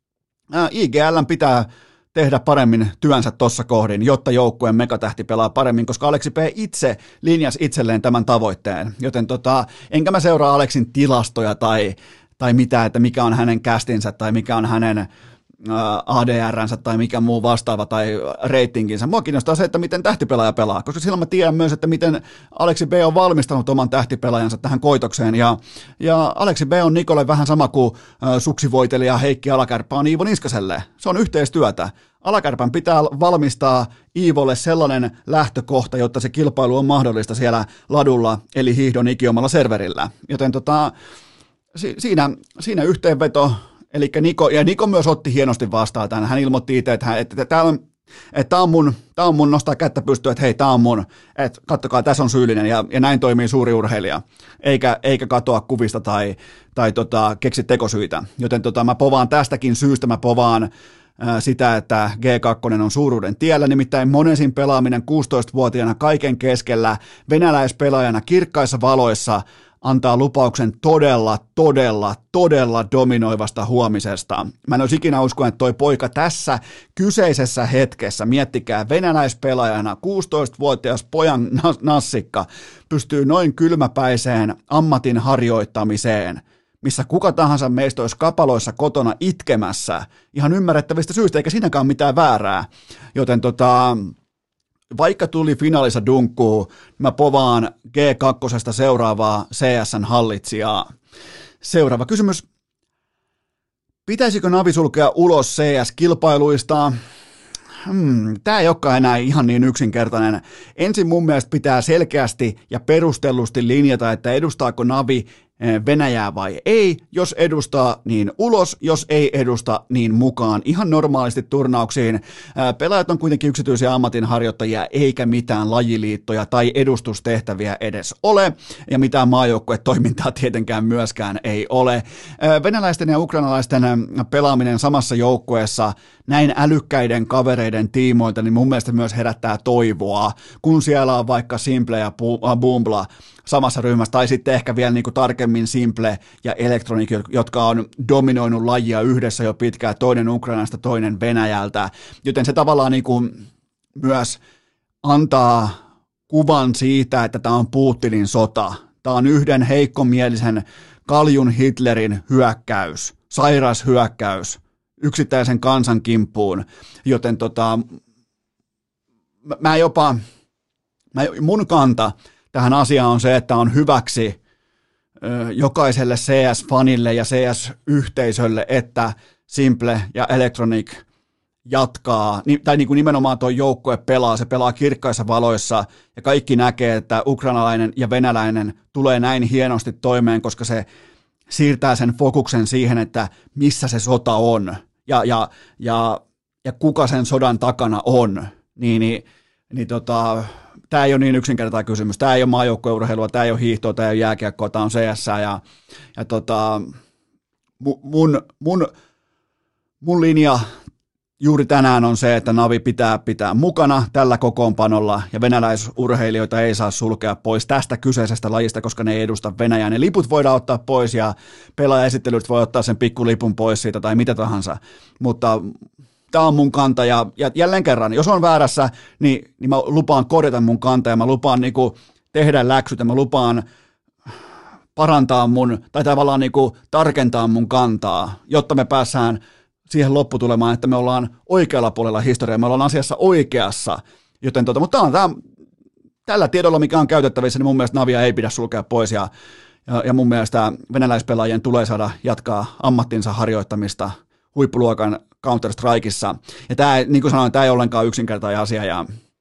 I G L pitää tehdä paremmin työnsä tuossa kohdin, jotta joukkueen megatähti pelaa paremmin, koska Aleksi P. itse linjasi itselleen tämän tavoitteen. Joten tota, enkä mä seuraa Aleksin tilastoja tai, tai mitä, että mikä on hänen kästinsä tai mikä on hänen A D R:nsä tai mikä muu vastaava tai ratinginsa. Mua kiinnostaa se, että miten tähtipelaaja pelaa, koska silloin mä tiedän myös, että miten Aleksi B on valmistanut oman tähtipelaajansa tähän koitokseen, ja, ja Aleksi B on Nikolle vähän sama kuin suksivoitelija Heikki Alakärppä on Iivo Niskaselle. Se on yhteistyötä. Alakärpän pitää valmistaa Iivolle sellainen lähtökohta, jotta se kilpailu on mahdollista siellä ladulla, eli hiihdon ikiomalla serverillä. Joten tota, si- siinä, siinä yhteenveto. Eli Niko, ja Niko myös otti hienosti vastaan tämän. Hän ilmoitti itse, että, että tämä on, että on, mun, tämä on mun nostaa kättä pystyyn, että hei, tämä on mun, että kattokaa, tässä on syyllinen, ja, ja näin toimii suuri urheilija, eikä, eikä katoa kuvista tai, tai tota, keksi tekosyitä. Joten tota, mä povaan tästäkin syystä, mä povaan ää, sitä, että G kaksi on suuruuden tiellä, nimittäin Monesin pelaaminen kuusitoistavuotiaana kaiken keskellä, venäläispelaajana kirkkaissa valoissa, antaa lupauksen todella, todella, todella dominoivasta huomisesta. Mä en olisi ikinä uskonut, että toi poika tässä kyseisessä hetkessä, miettikää, venäläispelaajana, kuusitoistavuotias pojan nassikka, pystyy noin kylmäpäiseen ammatin harjoittamiseen, missä kuka tahansa meistä olisi kapaloissa kotona itkemässä, ihan ymmärrettävistä syistä, eikä siinäkään mitään väärää. Joten tota... Vaikka tuli finaalissa dunkkuu, mä povaan G kaksi seuraavaa C S:n hallitsijaa. Seuraava kysymys. Pitäisikö Navi sulkea ulos C S-kilpailuista? Hmm, tämä ei olekaan enää ihan niin yksinkertainen. Ensin mun mielestä pitää selkeästi ja perustellusti linjata, että edustaako Navi Venäjää vai ei. Jos edustaa, niin ulos. Jos ei edusta, niin mukaan. Ihan normaalisti turnauksiin. Pelaajat on kuitenkin yksityisiä ammatinharjoittajia, eikä mitään lajiliittoja tai edustustehtäviä edes ole. Ja mitään maajoukkuetoimintaa tietenkään myöskään ei ole. Venäläisten ja ukrainalaisten pelaaminen samassa joukkueessa näin älykkäiden kavereiden tiimoilta, niin mun mielestä myös herättää toivoa, kun siellä on vaikka Simple ja Bumbla samassa ryhmässä, tai sitten ehkä vielä niin kuin tarkemmin Simple ja Electronic, jotka on dominoinut lajia yhdessä jo pitkään, toinen Ukrainasta, toinen Venäjältä, joten se tavallaan niin kuin myös antaa kuvan siitä, että tämä on Putinin sota. Tämä on yhden heikkomielisen kaljun Hitlerin hyökkäys, sairas hyökkäys yksittäisen kansan kimppuun, joten tota, mä jopa, mä, mun kanta tähän asiaan on se, että on hyväksi ö, jokaiselle C S-fanille ja C S-yhteisölle, että Simple ja Electronic jatkaa, tai niin kuin nimenomaan tuo joukkue pelaa, se pelaa kirkkaissa valoissa, ja kaikki näkee, että ukrainalainen ja venäläinen tulee näin hienosti toimeen, koska se siirtää sen fokuksen siihen, että missä se sota on, ja, ja, ja, ja kuka sen sodan takana on, niin, niin, niin tota, tämä ei ole niin yksinkertainen kysymys, tämä ei ole maajoukkueurheilua, tämä ei ole hiihtoa, tämä ei ole jääkiekkoa, tämä on C S, ja, ja tota, mun, mun, mun linja juuri tänään on se, että Navi pitää pitää mukana tällä kokoonpanolla, ja venäläisurheilijoita ei saa sulkea pois tästä kyseisestä lajista, koska ne ei edusta Venäjää. Ne liput voidaan ottaa pois, ja pelaajaesittelyt voi ottaa sen pikkulipun pois siitä, tai mitä tahansa, mutta tämä on mun kanta, ja, ja jälleen kerran, jos on väärässä, niin, niin mä lupaan korjata mun kanta, ja mä lupaan niin kuin tehdä läksyt, ja mä lupaan parantaa mun, tai tavallaan niin kuin tarkentaa mun kantaa, jotta me päässään siihen lopputulemaan, että me ollaan oikealla puolella historiaa, me ollaan asiassa oikeassa, joten tota, mutta tämä on, tällä tiedolla, mikä on käytettävissä, niin mun mielestä Navia ei pidä sulkea pois, ja, ja, ja mun mielestä venäläispelaajien tulee saada jatkaa ammattinsa harjoittamista huippuluokan Counter-Strikeissa, ja tämä, niin kuin sanoin, tämä ei ollenkaan yksinkertainen asia, ja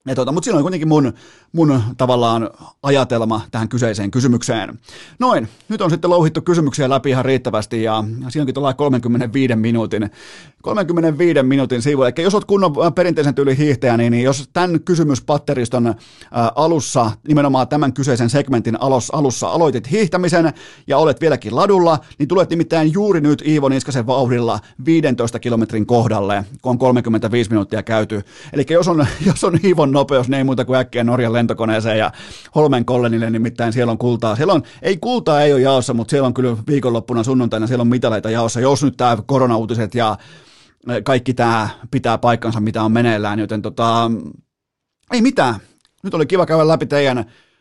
Tota, mutta siinä oli kuitenkin mun, mun tavallaan ajatelma tähän kyseiseen kysymykseen. Noin, nyt on sitten louhittu kysymyksiä läpi ihan riittävästi ja siinäkin tullaan kolmekymmentäviisi minuutin, kolmekymmentäviisi minuutin sivu. Eli jos olet kunnon perinteisen tyylin hiihtäjä, niin jos tämän kysymyspatteriston ä, alussa, nimenomaan tämän kyseisen segmentin alussa, alussa aloitit hiihtämisen ja olet vieläkin ladulla, niin tulet nimittäin juuri nyt Iivo Niskasen vauhdilla viidentoista kilometrin kohdalle, kun on kolmekymmentäviisi minuuttia käyty. Eli jos on, jos on Iivon nopeus, ne ei muuta kuin äkkiä Norjan lentokoneeseen ja Holmenkollenille, nimittäin siellä on kultaa. Siellä on, ei kultaa ei ole jaossa, mutta siellä on kyllä viikonloppuna sunnuntaina, siellä on mitaleita jaossa, jos nyt tämä koronauutiset ja kaikki tämä pitää paikkansa, mitä on meneillään, joten tota, ei mitään. Nyt oli kiva käydä läpi teidän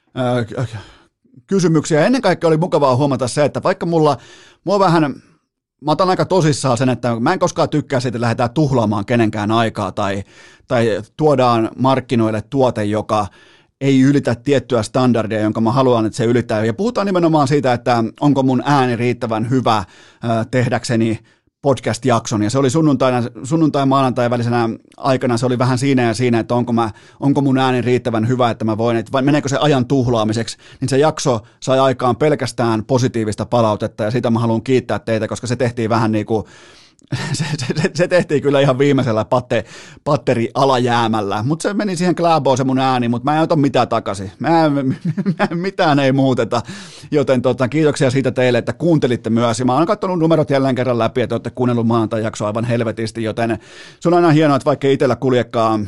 äh, kysymyksiä. Ennen kaikkea oli mukavaa huomata se, että vaikka mulla, mua vähän, mä otan aika tosissaan sen, että mä en koskaan tykkää siitä, että lähdetään tuhlaamaan kenenkään aikaa tai, tai tuodaan markkinoille tuote, joka ei ylitä tiettyä standardia, jonka mä haluan, että se ylittää. Ja puhutaan nimenomaan siitä, että onko mun ääni riittävän hyvä äh, tehdäkseni podcast-jakson, ja se oli sunnuntaina, sunnuntai maanantai välisenä aikana, se oli vähän siinä ja siinä, että onko, mä, onko mun ääni riittävän hyvä, että mä voin, että vai meneekö se ajan tuhlaamiseksi, niin se jakso sai aikaan pelkästään positiivista palautetta, ja sitä mä haluan kiittää teitä, koska se tehtiin vähän niin kuin Se, se, se tehtiin kyllä ihan viimeisellä patte, patteri-alajäämällä, mutta se meni siihen kläboon se mun ääni, mutta mä en ota mitään takaisin. Mä en, mä, mitään ei muuteta, joten tota, kiitoksia siitä teille, että kuuntelitte myös. Ja mä oon katsonut numerot jälleen kerran läpi, että olette kuunnellut maanantai-jaksoa aivan helvetisti, joten se on aina hienoa, että vaikka itsellä kuljekaan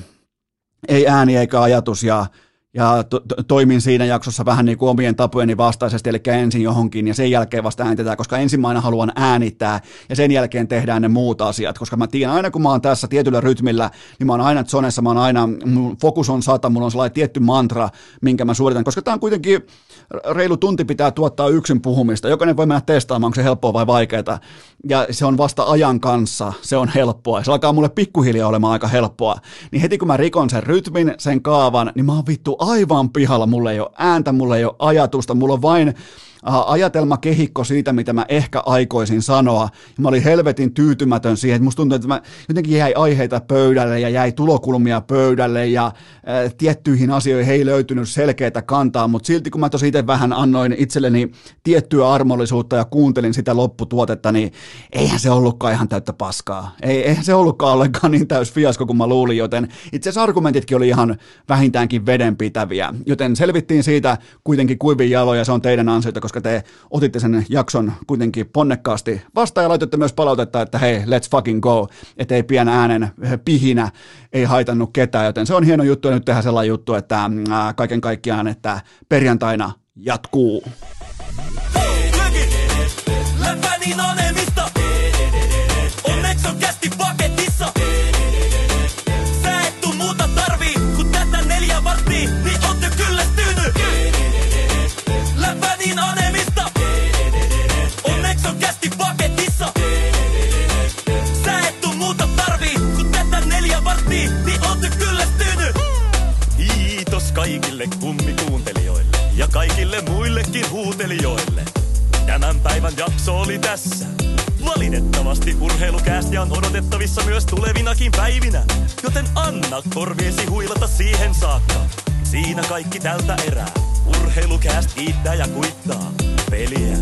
ei ääni eikä ajatus ja Ja to, to, toimin siinä jaksossa vähän niin kuin omien tapojeni vastaisesti, eli ensin johonkin ja sen jälkeen vasta äänitetään, koska ensin mä aina haluan äänittää ja sen jälkeen tehdään ne muut asiat, koska mä tiedän aina kun mä oon tässä tietyllä rytmillä, niin mä oon aina zonessa, mä oon aina, mun fokus on sata, mulla on sellainen tietty mantra, minkä mä suoritan, koska tää on kuitenkin reilu tunti pitää tuottaa yksin puhumista, jokainen voi mennä testaamaan, onko se helppoa vai vaikeaa, ja se on vasta ajan kanssa, se on helppoa, se alkaa mulle pikkuhiljaa olemaan aika helppoa, niin heti kun mä rikon sen rytmin, sen kaavan, niin mä oon vittu aivan pihalla, mulla ei ole ääntä, mulla ei ole ajatusta, mulla on vain ajatelmakehikko siitä, mitä mä ehkä aikoisin sanoa. Ja mä olin helvetin tyytymätön siihen, että musta tuntui, että mä jotenkin jäi aiheita pöydälle ja jäi tulokulmia pöydälle ja ää, tiettyihin asioihin ei löytynyt selkeää kantaa, mutta silti kun mä tosi itse vähän annoin itselleni tiettyä armollisuutta ja kuuntelin sitä lopputuotetta, niin eihän se ollutkaan ihan täyttä paskaa. Ei, eihän se ollutkaan ollenkaan niin täys fiasko kuin mä luulin, joten itse asiassa argumentitkin oli ihan vähintäänkin vedenpitäviä, joten selvittiin siitä kuitenkin kuivin jaloin ja se on teidän ansiota, koska te otitte sen jakson kuitenkin ponnekkaasti vastaan ja laitoitte myös palautetta, että hei, let's fucking go, ettei pien äänen pihinä ei haitannut ketään, joten se on hieno juttu ja nyt tehdään sellainen juttu, että ää, kaiken kaikkiaan, että perjantaina jatkuu. Läpänin anemista, onneksi on kästi paketissa. Sä et tuu muuta tarvii, kun tätä neljä varttia, niin ootte kyllästynyt. Läpänin anemista, onneksi on kästi paketissa. Sä et tuu muuta tarvii, kun tätä neljä varttia, niin ootte kyllästynyt. Kiitos kaikille kummikuuntelijoille ja kaikille muillekin huutelijoille. Tämän päivän jakso oli tässä. Valitettavasti urheilukäästiä on odotettavissa myös tulevinakin päivinä, joten anna korviesi huilata siihen saakka. Siinä kaikki tältä erää. Urheilukääst kiittää ja kuittaa peliä.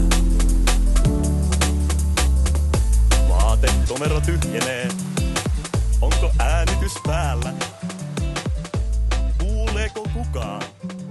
Vaatekomero tyhjenee. Onko äänitys päällä? Kuuleeko kukaan?